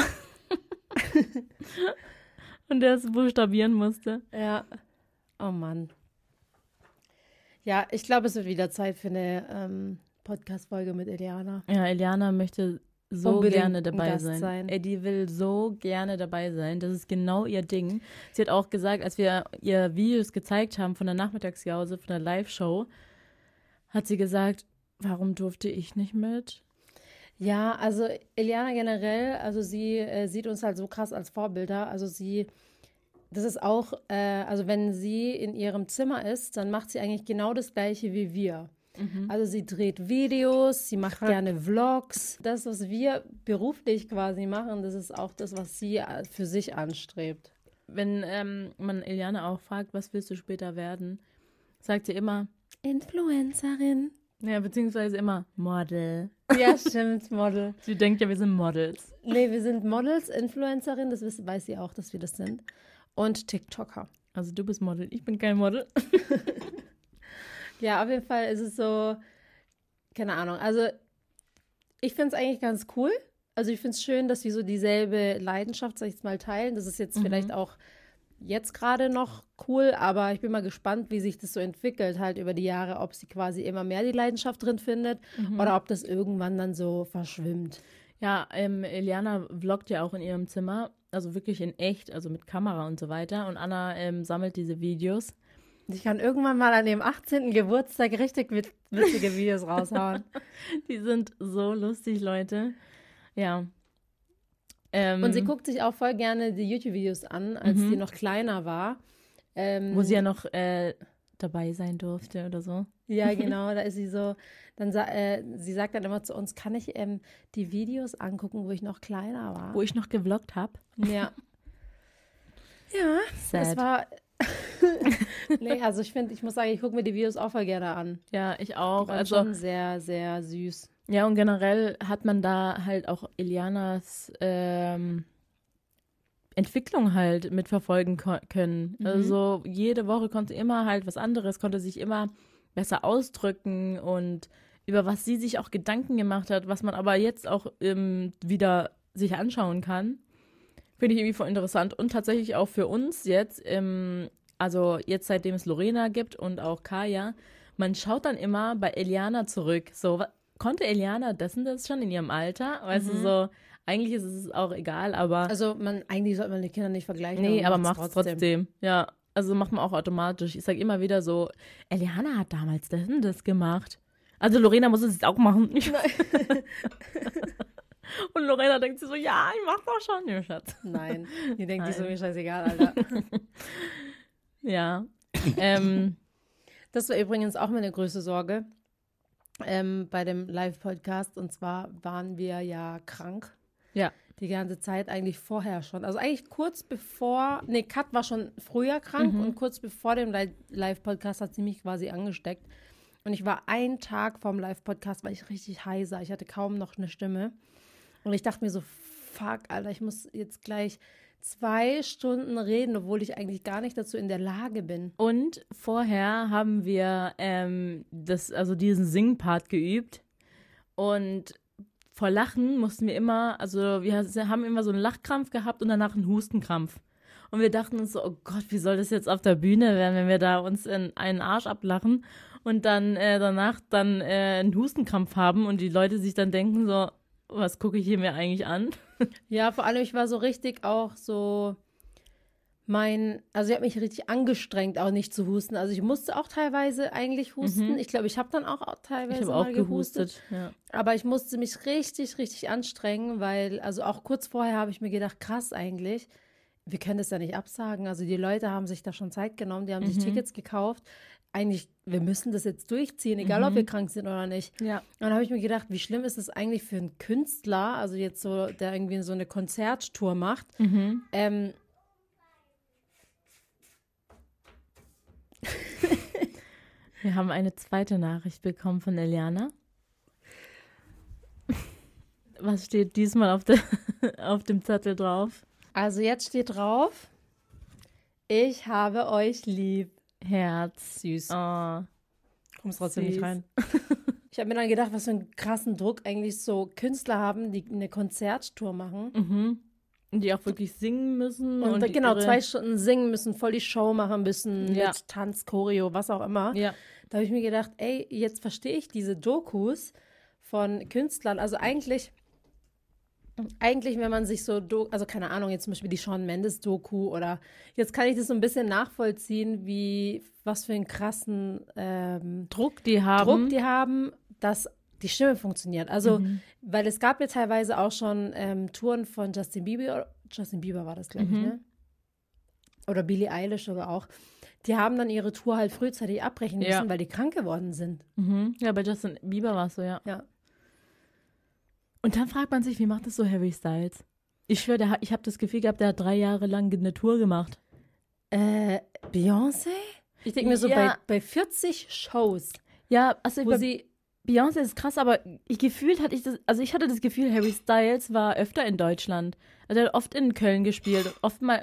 Und der es buchstabieren musste. Ja. Oh Mann. Ja, ich glaube, es wird wieder Zeit für eine Podcast-Folge mit Eliana. Ja, Eliana möchte so Unbedingt gerne ein dabei Gast sein. sein. Die will so gerne dabei sein. Das ist genau ihr Ding. Sie hat auch gesagt, als wir ihr Videos gezeigt haben von der Nachmittagsjause, von der Live-Show, hat sie gesagt, warum durfte ich nicht mit? Ja, also Eliana generell, also sie sieht uns halt so krass als Vorbilder. Also das ist auch, also wenn sie in ihrem Zimmer ist, dann macht sie eigentlich genau das Gleiche wie wir. Also sie dreht Videos, sie macht gerne Vlogs. Das, was wir beruflich quasi machen, das ist auch das, was sie für sich anstrebt. Wenn man Eliana auch fragt, was willst du später werden, sagt sie immer, Influencerin. ja, beziehungsweise immer Model. Ja, stimmt, Model. Sie denkt ja, wir sind Models. Nee, wir sind Models, Influencerin, das weiß sie auch, dass wir das sind. Und TikToker. Also du bist Model, ich bin kein Model. Ja, auf jeden Fall ist es so, keine Ahnung, also ich finde es eigentlich ganz cool. Also ich finde es schön, dass wir so dieselbe Leidenschaft, sag ich jetzt mal, teilen. Das ist jetzt vielleicht auch jetzt gerade noch cool, aber ich bin mal gespannt, wie sich das so entwickelt halt über die Jahre, ob sie quasi immer mehr die Leidenschaft drin findet oder ob das irgendwann dann so verschwimmt. Ja, Eliana vloggt ja auch in ihrem Zimmer, also wirklich in echt, also mit Kamera und so weiter. Und Anna sammelt diese Videos. Ich kann irgendwann mal an ihrem 18. Geburtstag richtig witzige Videos raushauen. Die sind so lustig, Leute. Ja. Und sie guckt sich auch voll gerne die YouTube-Videos an, als sie noch kleiner war. Wo sie ja noch dabei sein durfte oder so. Ja, genau, da ist sie so, sie sagt dann immer zu uns, kann ich die Videos angucken, wo ich noch kleiner war? Wo ich noch gevloggt habe. Ja. Ja, das Sad. war, nee, also ich muss sagen, ich gucke mir die Videos auch voll gerne an. Ja, ich Die auch. waren Also schon sehr, sehr süß. ja, und generell hat man da halt auch Elianas Entwicklung halt mitverfolgen können. Also jede Woche konnte immer halt was anderes, konnte sich immer besser ausdrücken und über was sie sich auch Gedanken gemacht hat, was man aber jetzt auch wieder sich anschauen kann. Finde ich irgendwie voll interessant und tatsächlich auch für uns jetzt, also jetzt seitdem es Lorena gibt und auch Kaya, man schaut dann immer bei Eliana zurück. So, konnte Eliana das schon in ihrem Alter? Weißt du, so, eigentlich ist es auch egal, aber. Also eigentlich sollte man die Kinder nicht vergleichen. Nee, aber macht's macht es trotzdem. Ja, Also macht man auch automatisch. Ich sage immer wieder so, Eliana hat damals das und das gemacht. Also Lorena muss es jetzt auch machen. Nein. Und Lorena denkt sich so, ja, ich mach doch schon, ja, Schatz. Nein, die denkt, die ist Nein. mir scheißegal, Alter. Ja. Das war übrigens auch meine größte Sorge bei dem Live-Podcast. Und zwar waren wir ja krank. Ja. Die ganze Zeit, eigentlich vorher schon. Also eigentlich kurz bevor, Kat war schon früher krank und kurz bevor dem Live-Podcast hat sie mich quasi angesteckt. Und ich war einen Tag vorm Live-Podcast, war ich richtig heiser. Ich hatte kaum noch eine Stimme. Und ich dachte mir so, fuck, Alter, ich muss jetzt gleich 2 Stunden reden, obwohl ich eigentlich gar nicht dazu in der Lage bin. Und vorher haben wir diesen Sing-Part geübt. Und vor Lachen mussten wir immer, also wir haben immer so einen Lachkrampf gehabt und danach einen Hustenkrampf. Und wir dachten uns so, oh Gott, wie soll das jetzt auf der Bühne werden, wenn wir da uns in einen Arsch ablachen und dann danach dann einen Hustenkrampf haben und die Leute sich dann denken so, was gucke ich hier mir eigentlich an? Ja, vor allem, ich war so richtig auch so also ich habe mich richtig angestrengt, auch nicht zu husten. Also ich musste auch teilweise eigentlich husten. Ich glaube, ich habe dann auch teilweise Ich habe mal auch gehustet. Ja. Aber ich musste mich richtig, richtig anstrengen, weil, also auch kurz vorher habe ich mir gedacht, krass eigentlich, wir können das ja nicht absagen. Also die Leute haben sich da schon Zeit genommen, die haben sich Tickets gekauft. Eigentlich, wir müssen das jetzt durchziehen, egal ob wir krank sind oder nicht. Ja. Und dann habe ich mir gedacht, wie schlimm ist es eigentlich für einen Künstler, also jetzt so, der irgendwie so eine Konzerttour macht. Wir haben eine zweite Nachricht bekommen von Eliana. Was steht diesmal auf dem Zettel drauf? Also jetzt steht drauf, ich habe euch lieb. Herz. Süß. Oh, Kommst trotzdem nicht süß. rein. Ich habe mir dann gedacht, was für einen krassen Druck eigentlich so Künstler haben, die eine Konzerttour machen. Und die auch wirklich singen müssen. Und die genau, ihre- 2 Stunden singen müssen, voll die Show machen müssen, Ja. mit Tanz, Choreo, was auch immer. Ja. Da habe ich mir gedacht, ey, jetzt verstehe ich diese Dokus von Künstlern. Also eigentlich, wenn man sich so, also keine Ahnung, jetzt zum Beispiel die Shawn Mendes Doku oder jetzt kann ich das so ein bisschen nachvollziehen, was für einen krassen Druck die haben. dass die Stimme funktioniert. Also, weil es gab ja teilweise auch schon Touren von Justin Bieber war das, glaube ich, ne? Oder Billie Eilish sogar auch. Die haben dann ihre Tour halt frühzeitig abbrechen müssen, Ja. weil die krank geworden sind. Ja, bei Justin Bieber war es so, ja. Ja. Und dann fragt man sich, wie macht das so Harry Styles? Ich schwöre, ich habe das Gefühl gehabt, der hat 3 Jahre lang eine Tour gemacht. Beyoncé? Ich denke mir so, Ja. bei 40 Shows, Ja, also wo sie, Beyoncé ist krass, aber ich hatte das Gefühl, Harry Styles war öfter in Deutschland. Also er hat oft in Köln gespielt, oft mal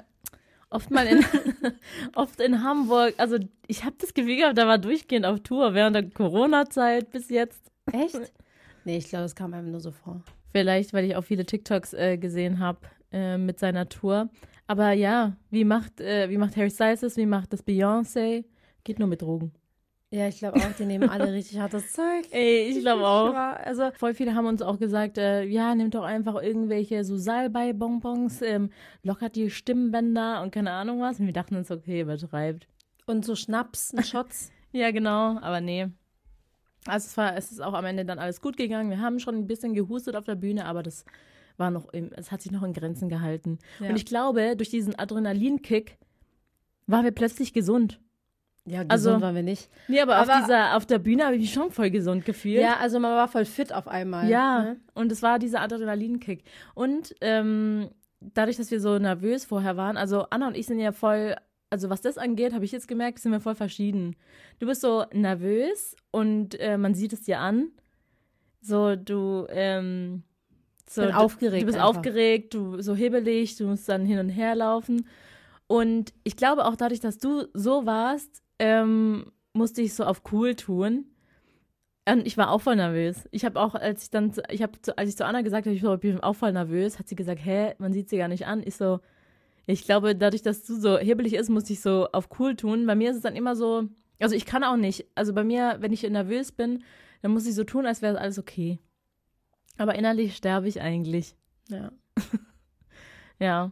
oft in Hamburg. Also ich habe das Gefühl gehabt, der war durchgehend auf Tour während der Corona-Zeit bis jetzt. echt? Nee, ich glaube, das kam einem nur so vor. Vielleicht, weil ich auch viele TikToks gesehen habe mit seiner Tour. Aber ja, wie macht Harry Styles das? Wie macht das Beyoncé? Geht nur mit Drogen. Ja, ich glaube auch, die nehmen alle richtig hartes Zeug. Ey, ich glaube auch. Also, Voll viele haben uns auch gesagt, ja, nehmt doch einfach irgendwelche so Salbei-Bonbons, lockert die Stimmbänder und keine Ahnung was. Und wir dachten uns, okay, übertreibt. und so Schnaps und Shots. Ja, genau, aber nee. Also es ist auch am Ende dann alles gut gegangen. Wir haben schon ein bisschen gehustet auf der Bühne, aber das war es hat sich noch in Grenzen gehalten. Ja. Und ich glaube, durch diesen Adrenalinkick waren wir plötzlich gesund. Ja, gesund Also- waren wir nicht. Nee, aber Aber- auf der Bühne habe ich mich schon voll gesund gefühlt. Ja, also man war voll fit auf einmal. Ja, Ne? und es war dieser Adrenalinkick. Und dadurch, dass wir so nervös vorher waren, also Anna und ich sind ja voll, also was das angeht, habe ich jetzt gemerkt, sind wir voll verschieden. Du bist so nervös und man sieht es dir an. So, du, bin aufgeregt Du bist einfach. aufgeregt, du so hibbelig, du musst dann hin und her laufen. Und ich glaube auch dadurch, dass du so warst, musste ich so auf cool tun. Und ich war auch voll nervös. Ich habe auch, als ich zu Anna gesagt habe, ich bin auch voll nervös, hat sie gesagt, hä, man sieht sie gar nicht an. Ich so, ich glaube, dadurch, dass du so hibbelig ist, musste ich so auf cool tun. Bei mir ist es dann immer so, also ich kann auch nicht. Also bei mir, wenn ich nervös bin, dann muss ich so tun, als wäre alles okay. Aber innerlich sterbe ich eigentlich. Ja. Ja.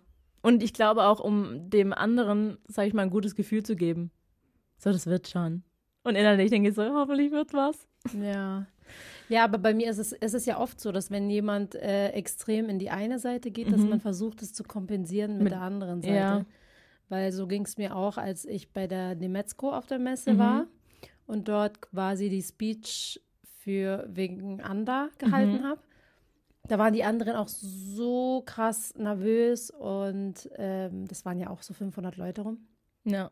Und ich glaube auch, um dem anderen, sag ich mal, ein gutes Gefühl zu geben. So, das wird schon. Und innerlich denke ich so, hoffentlich wird was. Ja. Ja, aber bei mir ist es ja oft so, dass wenn jemand extrem in die eine Seite geht, dass man versucht, es zu kompensieren mit der anderen Seite. Ja. Weil so ging es mir auch, als ich bei der Nemetzko auf der Messe war und dort quasi die Speech wegen Anda gehalten habe. Da waren die anderen auch so krass nervös und das waren ja auch so 500 Leute rum. Ja.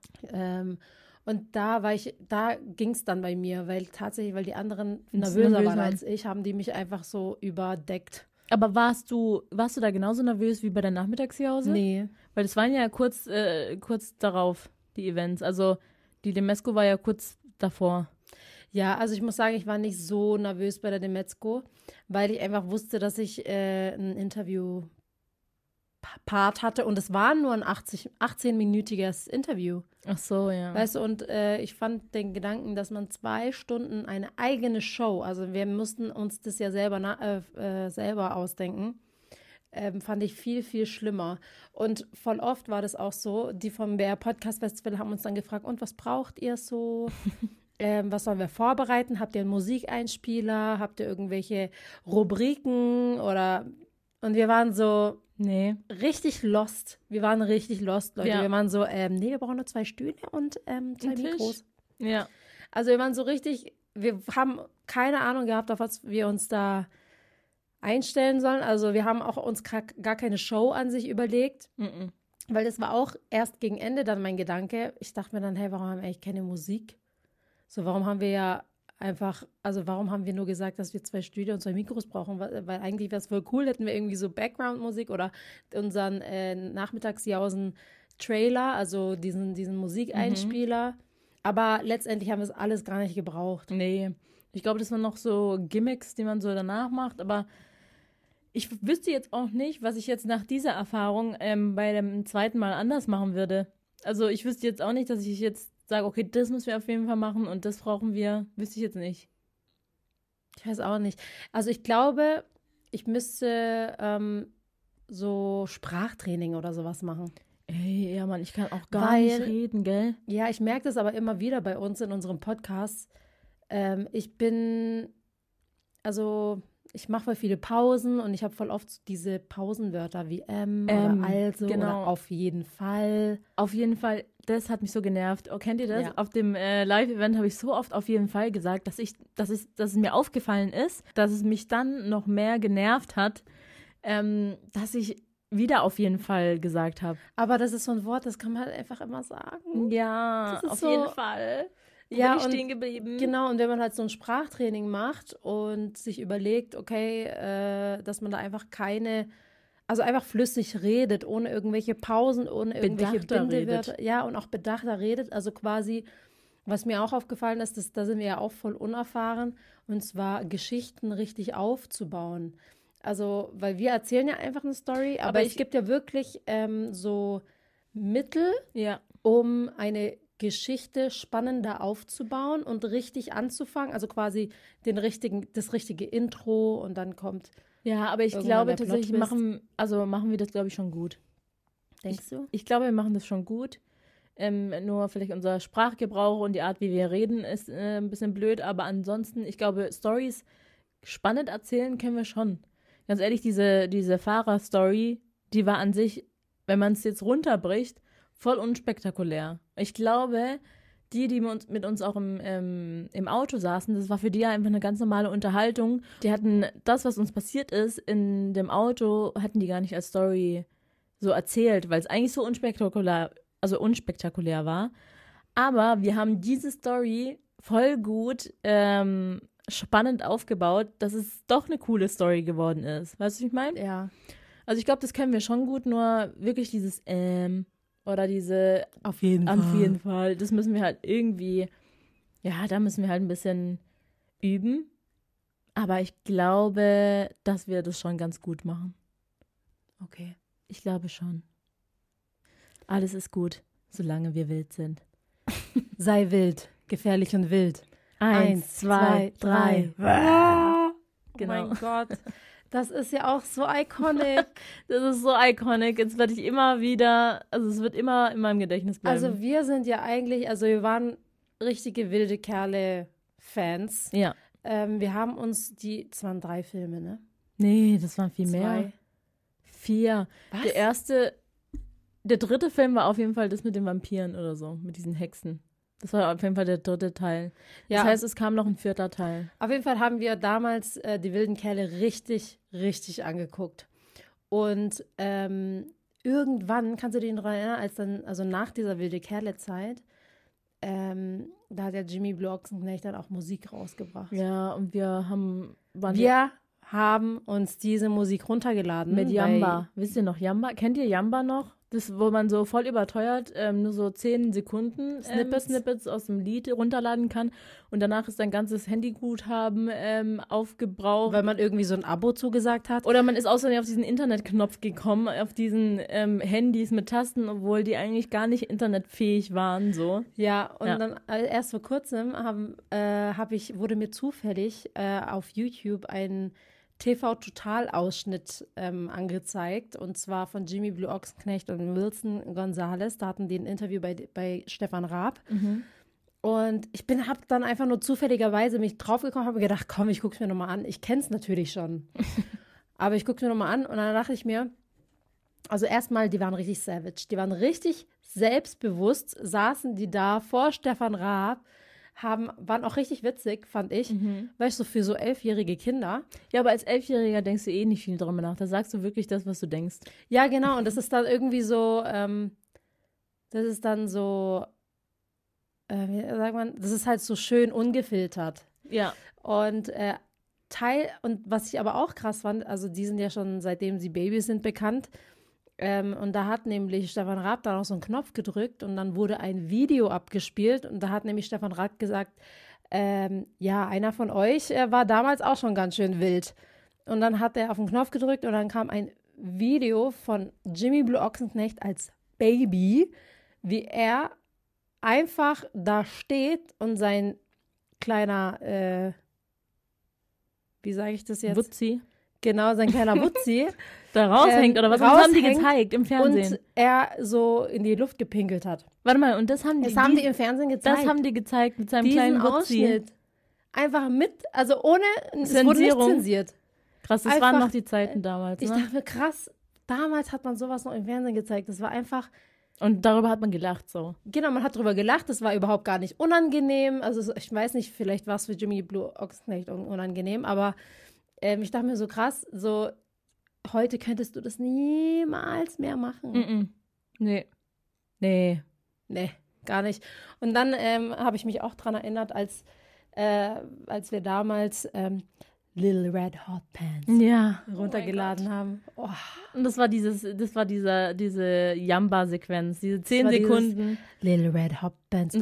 Und da ging es dann bei mir, weil die anderen nervöser waren als ich, haben die mich einfach so überdeckt. Aber warst du da genauso nervös wie bei der Nachmittagsjause? Nee. Weil das waren ja kurz darauf, die Events. Also die Demesco war ja kurz davor. Ja, also ich muss sagen, ich war nicht so nervös bei der Demezco, weil ich einfach wusste, dass ich ein Interview-Part hatte und es war nur ein 18-minütiges Interview. Ach so, ja. Weißt du, und ich fand den Gedanken, dass man 2 Stunden eine eigene Show, also wir mussten uns das ja selber ausdenken, fand ich viel, viel schlimmer. Und voll oft war das auch so, die vom BR Podcast Festival haben uns dann gefragt, und was braucht ihr so? Was sollen wir vorbereiten? Habt ihr einen Musikeinspieler? Habt ihr irgendwelche Rubriken? Und wir waren so richtig lost. Wir waren richtig lost, Leute. Ja. Wir waren so, nee, wir brauchen nur 2 Stühle und 2 Mikros. Ja. Also wir waren so richtig, wir haben keine Ahnung gehabt, auf was wir uns da einstellen sollen. Also wir haben auch uns gar keine Show an sich überlegt. Weil das war auch erst gegen Ende dann mein Gedanke. Ich dachte mir dann, hey, warum haben wir eigentlich keine Musik? So, warum haben wir nur gesagt, dass wir 2 Stühle und 2 Mikros brauchen? Weil eigentlich wäre es voll cool, hätten wir irgendwie so Background-Musik oder unseren Nachmittagsjausen-Trailer, also diesen Musikeinspieler. Aber letztendlich haben wir es alles gar nicht gebraucht. Nee, ich glaube, das waren noch so Gimmicks, die man so danach macht, aber ich wüsste jetzt auch nicht, was ich jetzt nach dieser Erfahrung bei dem zweiten Mal anders machen würde. Also ich wüsste jetzt auch nicht, dass ich jetzt sage, okay, das müssen wir auf jeden Fall machen und das brauchen wir, wüsste ich jetzt nicht. Ich weiß auch nicht. Also ich glaube, ich müsste so Sprachtraining oder sowas machen. Ey, ja Mann, ich kann auch gar nicht reden, gell? Ja, ich merke das aber immer wieder bei uns in unserem Podcast. Ich mache voll viele Pausen und ich habe voll oft diese Pausenwörter wie oder also oder auf jeden Fall. Auf jeden Fall, das hat mich so genervt. Oh, kennt ihr das? Ja. Auf dem Live-Event habe ich so oft auf jeden Fall gesagt, dass es mir aufgefallen ist, dass es mich dann noch mehr genervt hat, dass ich wieder auf jeden Fall gesagt habe. Aber das ist so ein Wort, das kann man halt einfach immer sagen. Ja, auf jeden Fall. Ja, bin ich stehen geblieben. Genau, und wenn man halt so ein Sprachtraining macht und sich überlegt, okay, dass man da einfach einfach flüssig redet, ohne irgendwelche Pausen, ohne irgendwelche Bindewörter. Ja, und auch bedachter redet. Also quasi, was mir auch aufgefallen ist, da sind wir ja auch voll unerfahren, und zwar Geschichten richtig aufzubauen. Also, weil wir erzählen ja einfach eine Story, aber es gibt ja wirklich so Mittel, um eine Geschichte spannender aufzubauen und richtig anzufangen. Also quasi das richtige Intro und dann kommt. Ja, aber ich glaube tatsächlich machen wir das, glaube ich, schon gut. Denkst du? Ich glaube, wir machen das schon gut. Nur vielleicht unser Sprachgebrauch und die Art, wie wir reden, ist ein bisschen blöd. Aber ansonsten, ich glaube, Storys spannend erzählen können wir schon. Ganz ehrlich, diese Fahrer-Story, die war an sich, wenn man es jetzt runterbricht, voll unspektakulär. Ich glaube, die mit uns auch im Auto saßen, das war für die ja einfach eine ganz normale Unterhaltung. Die hatten das, was uns passiert ist, in dem Auto, hatten die gar nicht als Story so erzählt, weil es eigentlich so unspektakulär war. Aber wir haben diese Story voll gut spannend aufgebaut, dass es doch eine coole Story geworden ist. Weißt du, was ich meine? Ja. Also ich glaube, das können wir schon gut, nur wirklich dieses oder diese Auf jeden Fall. Das müssen wir halt irgendwie, ja, da müssen wir halt ein bisschen üben. Aber ich glaube, dass wir das schon ganz gut machen. Okay. Ich glaube schon. Alles ist gut, solange wir wild sind. Sei wild, gefährlich und wild. 1, 2, 3. Oh Genau. mein Gott. Das ist ja auch so iconic. Das ist so iconic. Jetzt werde ich immer wieder, also es wird immer in meinem Gedächtnis bleiben. Also wir sind ja eigentlich, also wir waren richtige wilde Kerle-Fans. Ja. Wir haben uns das waren 3 Filme, ne? Nee, das waren viel mehr. 2. 4. Was? Der 3. Film war auf jeden Fall das mit den Vampiren oder so, mit diesen Hexen. Das war auf jeden Fall der 3. Teil. Ja. Das heißt, es kam noch ein 4. Teil. Auf jeden Fall haben wir damals die wilden Kerle richtig, richtig angeguckt. Und irgendwann, kannst du dich daran erinnern, als dann, also nach dieser wilde Kerle-Zeit, da hat der Jimmy Blue Ochsenknecht dann auch Musik rausgebracht. Ja, und wir haben uns diese Musik runtergeladen. mit Yamba. Wisst ihr noch Yamba? Kennt ihr Yamba noch? Das, wo man so voll überteuert nur so 10 Sekunden Snippets aus dem Lied runterladen kann und danach ist dein ganzes Handyguthaben aufgebraucht. Weil man irgendwie so ein Abo zugesagt hat. Oder man ist außerdem auf diesen Internetknopf gekommen, auf diesen Handys mit Tasten, obwohl die eigentlich gar nicht internetfähig waren. So. Ja, und dann erst vor kurzem wurde mir zufällig auf YouTube ein TV-Total-Ausschnitt angezeigt, und zwar von Jimmy Blue Ochsenknecht und Wilson Gonzalez. Da hatten die ein Interview bei Stefan Raab. Mhm. Und ich habe dann einfach nur zufälligerweise mich draufgekommen, habe gedacht, komm, ich gucke es mir nochmal an. Ich kenne es natürlich schon, aber ich gucke es mir nochmal an und dann dachte ich mir, also erstmal, die waren richtig savage. Die waren richtig selbstbewusst, saßen die da vor Stefan Raab, waren auch richtig witzig, fand ich. Weißt du, für so 11-jährige Kinder. Ja, aber als 11-Jähriger denkst du eh nicht viel drüber nach. Da sagst du wirklich das, was du denkst. Ja, genau. Und das ist dann irgendwie so, das ist dann so, wie sagt man, das ist halt so schön ungefiltert. Ja. Und und was ich aber auch krass fand, also die sind ja schon, seitdem sie Babys sind, bekannt. Und da hat nämlich Stefan Raab dann auch so einen Knopf gedrückt und dann wurde ein Video abgespielt und da hat nämlich Stefan Raab gesagt, ja, einer von euch war damals auch schon ganz schön wild. Und dann hat er auf den Knopf gedrückt und dann kam ein Video von Jimmy Blue Ochsenknecht als Baby, wie er einfach da steht und sein kleiner, wie sage ich das jetzt? Wutzi. Genau, sein kleiner Wutzi. Da raushängt, oder was haben die gezeigt im Fernsehen? Und er so in die Luft gepinkelt hat. Warte mal, und das haben die im Fernsehen gezeigt. Das haben die gezeigt mit seinem kleinen Wutzi. Ausschnitt. Einfach also ohne, es wurde nicht zensiert. Krass, das waren noch die Zeiten damals, ne? Ich dachte mir, krass, damals hat man sowas noch im Fernsehen gezeigt. Das war einfach... Und darüber hat man gelacht, so. Genau, man hat darüber gelacht, das war überhaupt gar nicht unangenehm. Also ich weiß nicht, vielleicht war es für Jimmy Blue Ochsenknecht unangenehm, aber ich dachte mir so krass, so heute könntest du das niemals mehr machen. Nee, gar nicht. Und dann habe ich mich auch dran erinnert, als wir damals Little Red Hot Pants runtergeladen haben. Oh. Und das war diese Yamba-Sequenz, diese 10 Sekunden. Little Red Hot Pants.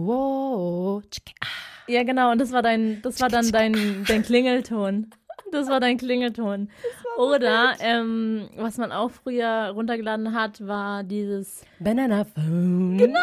Ja, genau. Und das war dann dein Klingelton. Das war dein Klingelton. Oder, was man auch früher runtergeladen hat, war dieses Banana Phone. Genau.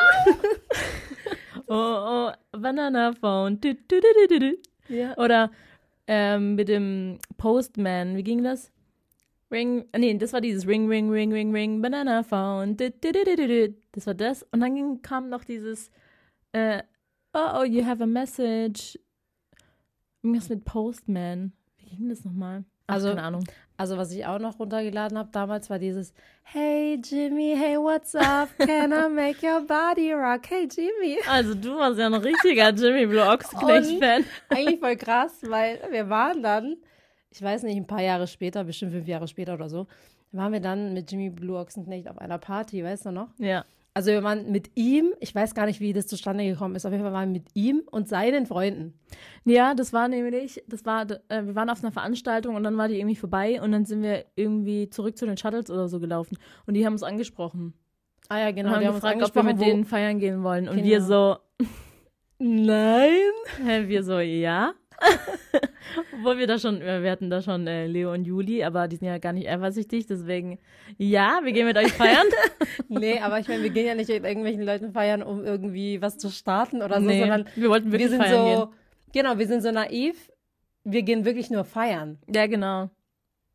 oh, Banana Phone. Ja. Oder mit dem Postman. Wie ging das? Ring. Nee, das war dieses Ring, Ring, Ring, Ring, Ring, Banana Phone. Das war das. Und dann kam noch dieses oh, you have a message. Irgendwas mit Postman. Wie ging das nochmal? Keine Ahnung. Also, was ich auch noch runtergeladen habe damals, war dieses Hey Jimmy, hey, what's up? Can I make your body rock? Hey Jimmy. Also, du warst ja ein richtiger Jimmy Blue Ochsenknecht-Fan. Eigentlich voll krass, weil wir waren dann, ich weiß nicht, ein paar Jahre später, bestimmt 5 Jahre später oder so, waren wir dann mit Jimmy Blue Ochsenknecht auf einer Party, weißt du noch? Ja. Also wir waren mit ihm, ich weiß gar nicht, wie das zustande gekommen ist, auf jeden Fall waren wir mit ihm und seinen Freunden. Ja, wir waren auf einer Veranstaltung und dann war die irgendwie vorbei und dann sind wir irgendwie zurück zu den Shuttles oder so gelaufen und die haben uns angesprochen. Ah ja, genau. Und haben gefragt, ob wir mit denen feiern gehen wollen und genau. wir so, nein. Wir so, ja. Obwohl wir hatten da schon Leo und Juli, aber die sind ja gar nicht eifersüchtig, deswegen, ja, wir gehen mit euch feiern. Nee, aber ich meine, wir gehen ja nicht mit irgendwelchen Leuten feiern, um irgendwie was zu starten oder so, sondern wir wollten wirklich feiern gehen. Genau, wir sind so naiv, wir gehen wirklich nur feiern. Ja, genau.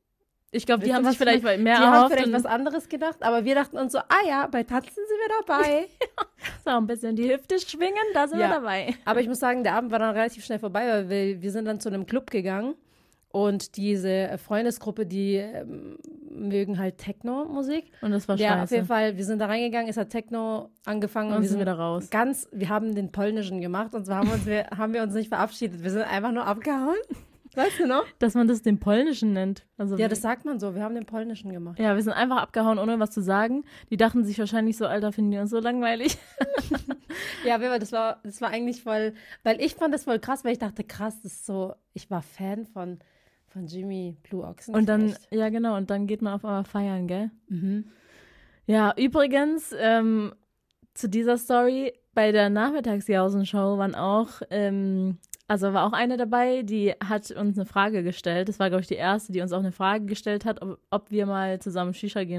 Ich glaube, die Wisst ihr, haben was sich vielleicht mehr Die haben erhofft. vielleicht Und was anderes gedacht, aber wir dachten uns so, ja, bei Tanzen sind wir dabei. so ein bisschen die Hüfte schwingen, da sind wir Ja. dabei. Aber ich muss sagen, der Abend war dann relativ schnell vorbei, weil wir sind dann zu einem Club gegangen und diese Freundesgruppe, die mögen halt Techno-Musik. Und das war Ja, scheiße. auf jeden Fall, wir sind da reingegangen, es hat Techno angefangen Und wir sind wieder raus. wir haben den polnischen gemacht und zwar haben wir uns nicht verabschiedet, wir sind einfach nur abgehauen. Weißt du noch? Dass man das den polnischen nennt. Also Ja, das sagt man so, wir haben den polnischen gemacht. ja, wir sind einfach abgehauen, ohne was zu sagen. Die dachten sich wahrscheinlich so, Alter, finden die uns so langweilig. Ja, aber das war eigentlich voll, weil ich fand das voll krass, weil ich dachte, krass, das ist so, ich war Fan von Jimmy Blue Ochsen. Und dann, ja genau, und dann geht man auf einmal feiern, gell? Mhm. Ja, übrigens, zu dieser Story, bei der Nachmittagsjausen-Show war auch eine dabei, die hat uns eine Frage gestellt. Das war, glaube ich, die erste, die uns auch eine Frage gestellt hat, ob wir mal zusammen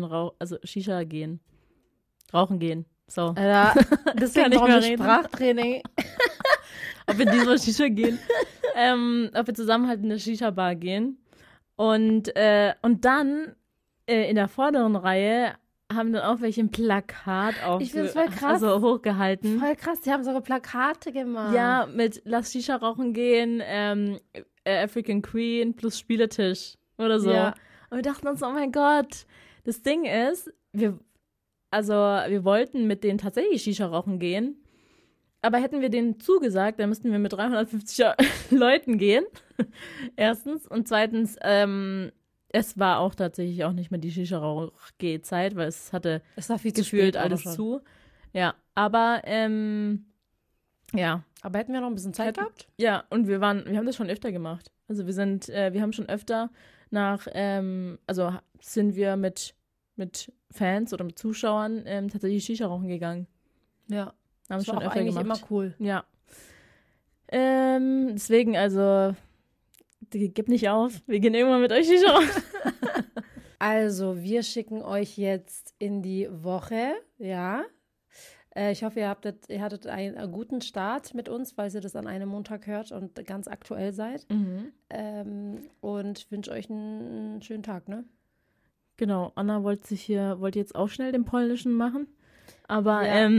rauchen gehen. So. Ja, deswegen ich brauchen mehr wir reden. Sprachtraining. Ob wir diesmal Shisha gehen. Ob wir zusammen halt in eine Shisha-Bar gehen. Und dann in der vorderen Reihe haben dann auch welche ein Plakat Ich find's voll krass. hochgehalten. Voll krass, die haben sogar Plakate gemacht. Ja, mit Lass Shisha rauchen gehen, African Queen plus Spieletisch oder so. Ja. Und wir dachten uns, oh mein Gott. Das Ding ist, wir wollten mit denen tatsächlich Shisha rauchen gehen. Aber hätten wir denen zugesagt, dann müssten wir mit 350 Leuten gehen. Erstens. Und zweitens, es war auch tatsächlich auch nicht mehr die Shisha-Rauch-Geh-Zeit, weil es hatte Es war viel zu gefühlt spät auch alles schon. zu. Ja, aber ja. Aber hätten wir noch ein bisschen Zeit gehabt? Ja, und wir haben das schon öfter gemacht. Also wir haben schon öfter sind wir mit Fans oder mit Zuschauern tatsächlich Shisha rauchen gegangen. Ja. Haben Das schon war auch öfter eigentlich gemacht. immer cool. Ja. Deswegen, also, gib nicht auf. Wir gehen irgendwann mit euch Shisha rauchen. Also, wir schicken euch jetzt in die Woche, ja. Ich hoffe, ihr hattet einen guten Start mit uns, falls ihr das an einem Montag hört und ganz aktuell seid. Und wünsche euch einen schönen Tag, ne? Genau, Anna wollte jetzt auch schnell den polnischen machen. Aber Ja.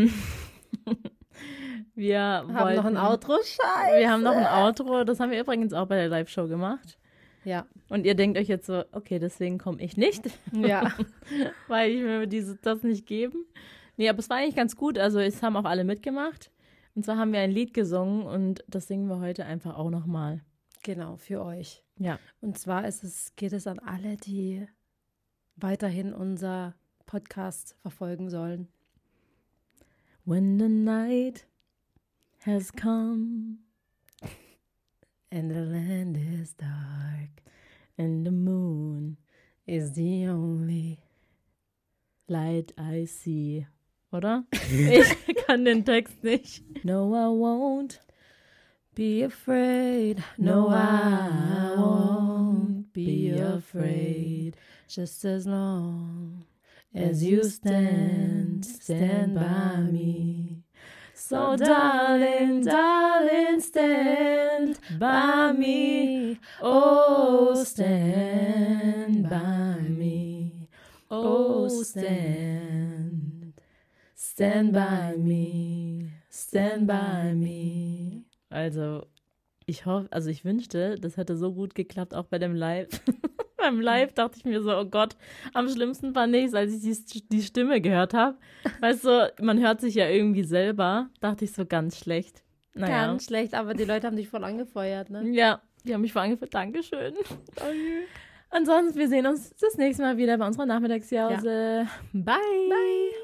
wir Haben noch ein Outro? Scheiße. Wir haben noch ein Outro. Das haben wir übrigens auch bei der Live-Show gemacht. Ja. Und ihr denkt euch jetzt so, okay, deswegen komme ich nicht. Ja. Weil ich mir das nicht geben. Nee, aber es war eigentlich ganz gut. Also es haben auch alle mitgemacht. Und zwar haben wir ein Lied gesungen und das singen wir heute einfach auch nochmal. Genau, für euch. Ja. Und zwar geht es an alle, die weiterhin unser Podcast verfolgen sollen. When the night has come And the land is dark and the moon is the only. light I see. Oder? Ich kann den Text nicht. No, I won't. Be afraid. No, I won't be afraid. Just as long as you stand by me. So darling, darling, stand by me. Oh, stand by me. Oh, stand by me. Stand by me. Also, ich wünschte, das hätte so gut geklappt, auch bei dem Live. Beim Live dachte ich mir so, oh Gott, am schlimmsten fand ich es, als ich die Stimme gehört habe. Weißt du, man hört sich ja irgendwie selber. Dachte ich so, ganz schlecht. Naja. Ganz schlecht, aber die Leute haben dich voll angefeuert, ne? Ja, die haben mich voll angefeuert. Dankeschön. Ansonsten, wir sehen uns das nächste Mal wieder bei unserer Nachmittagsjause. Bye. Bye.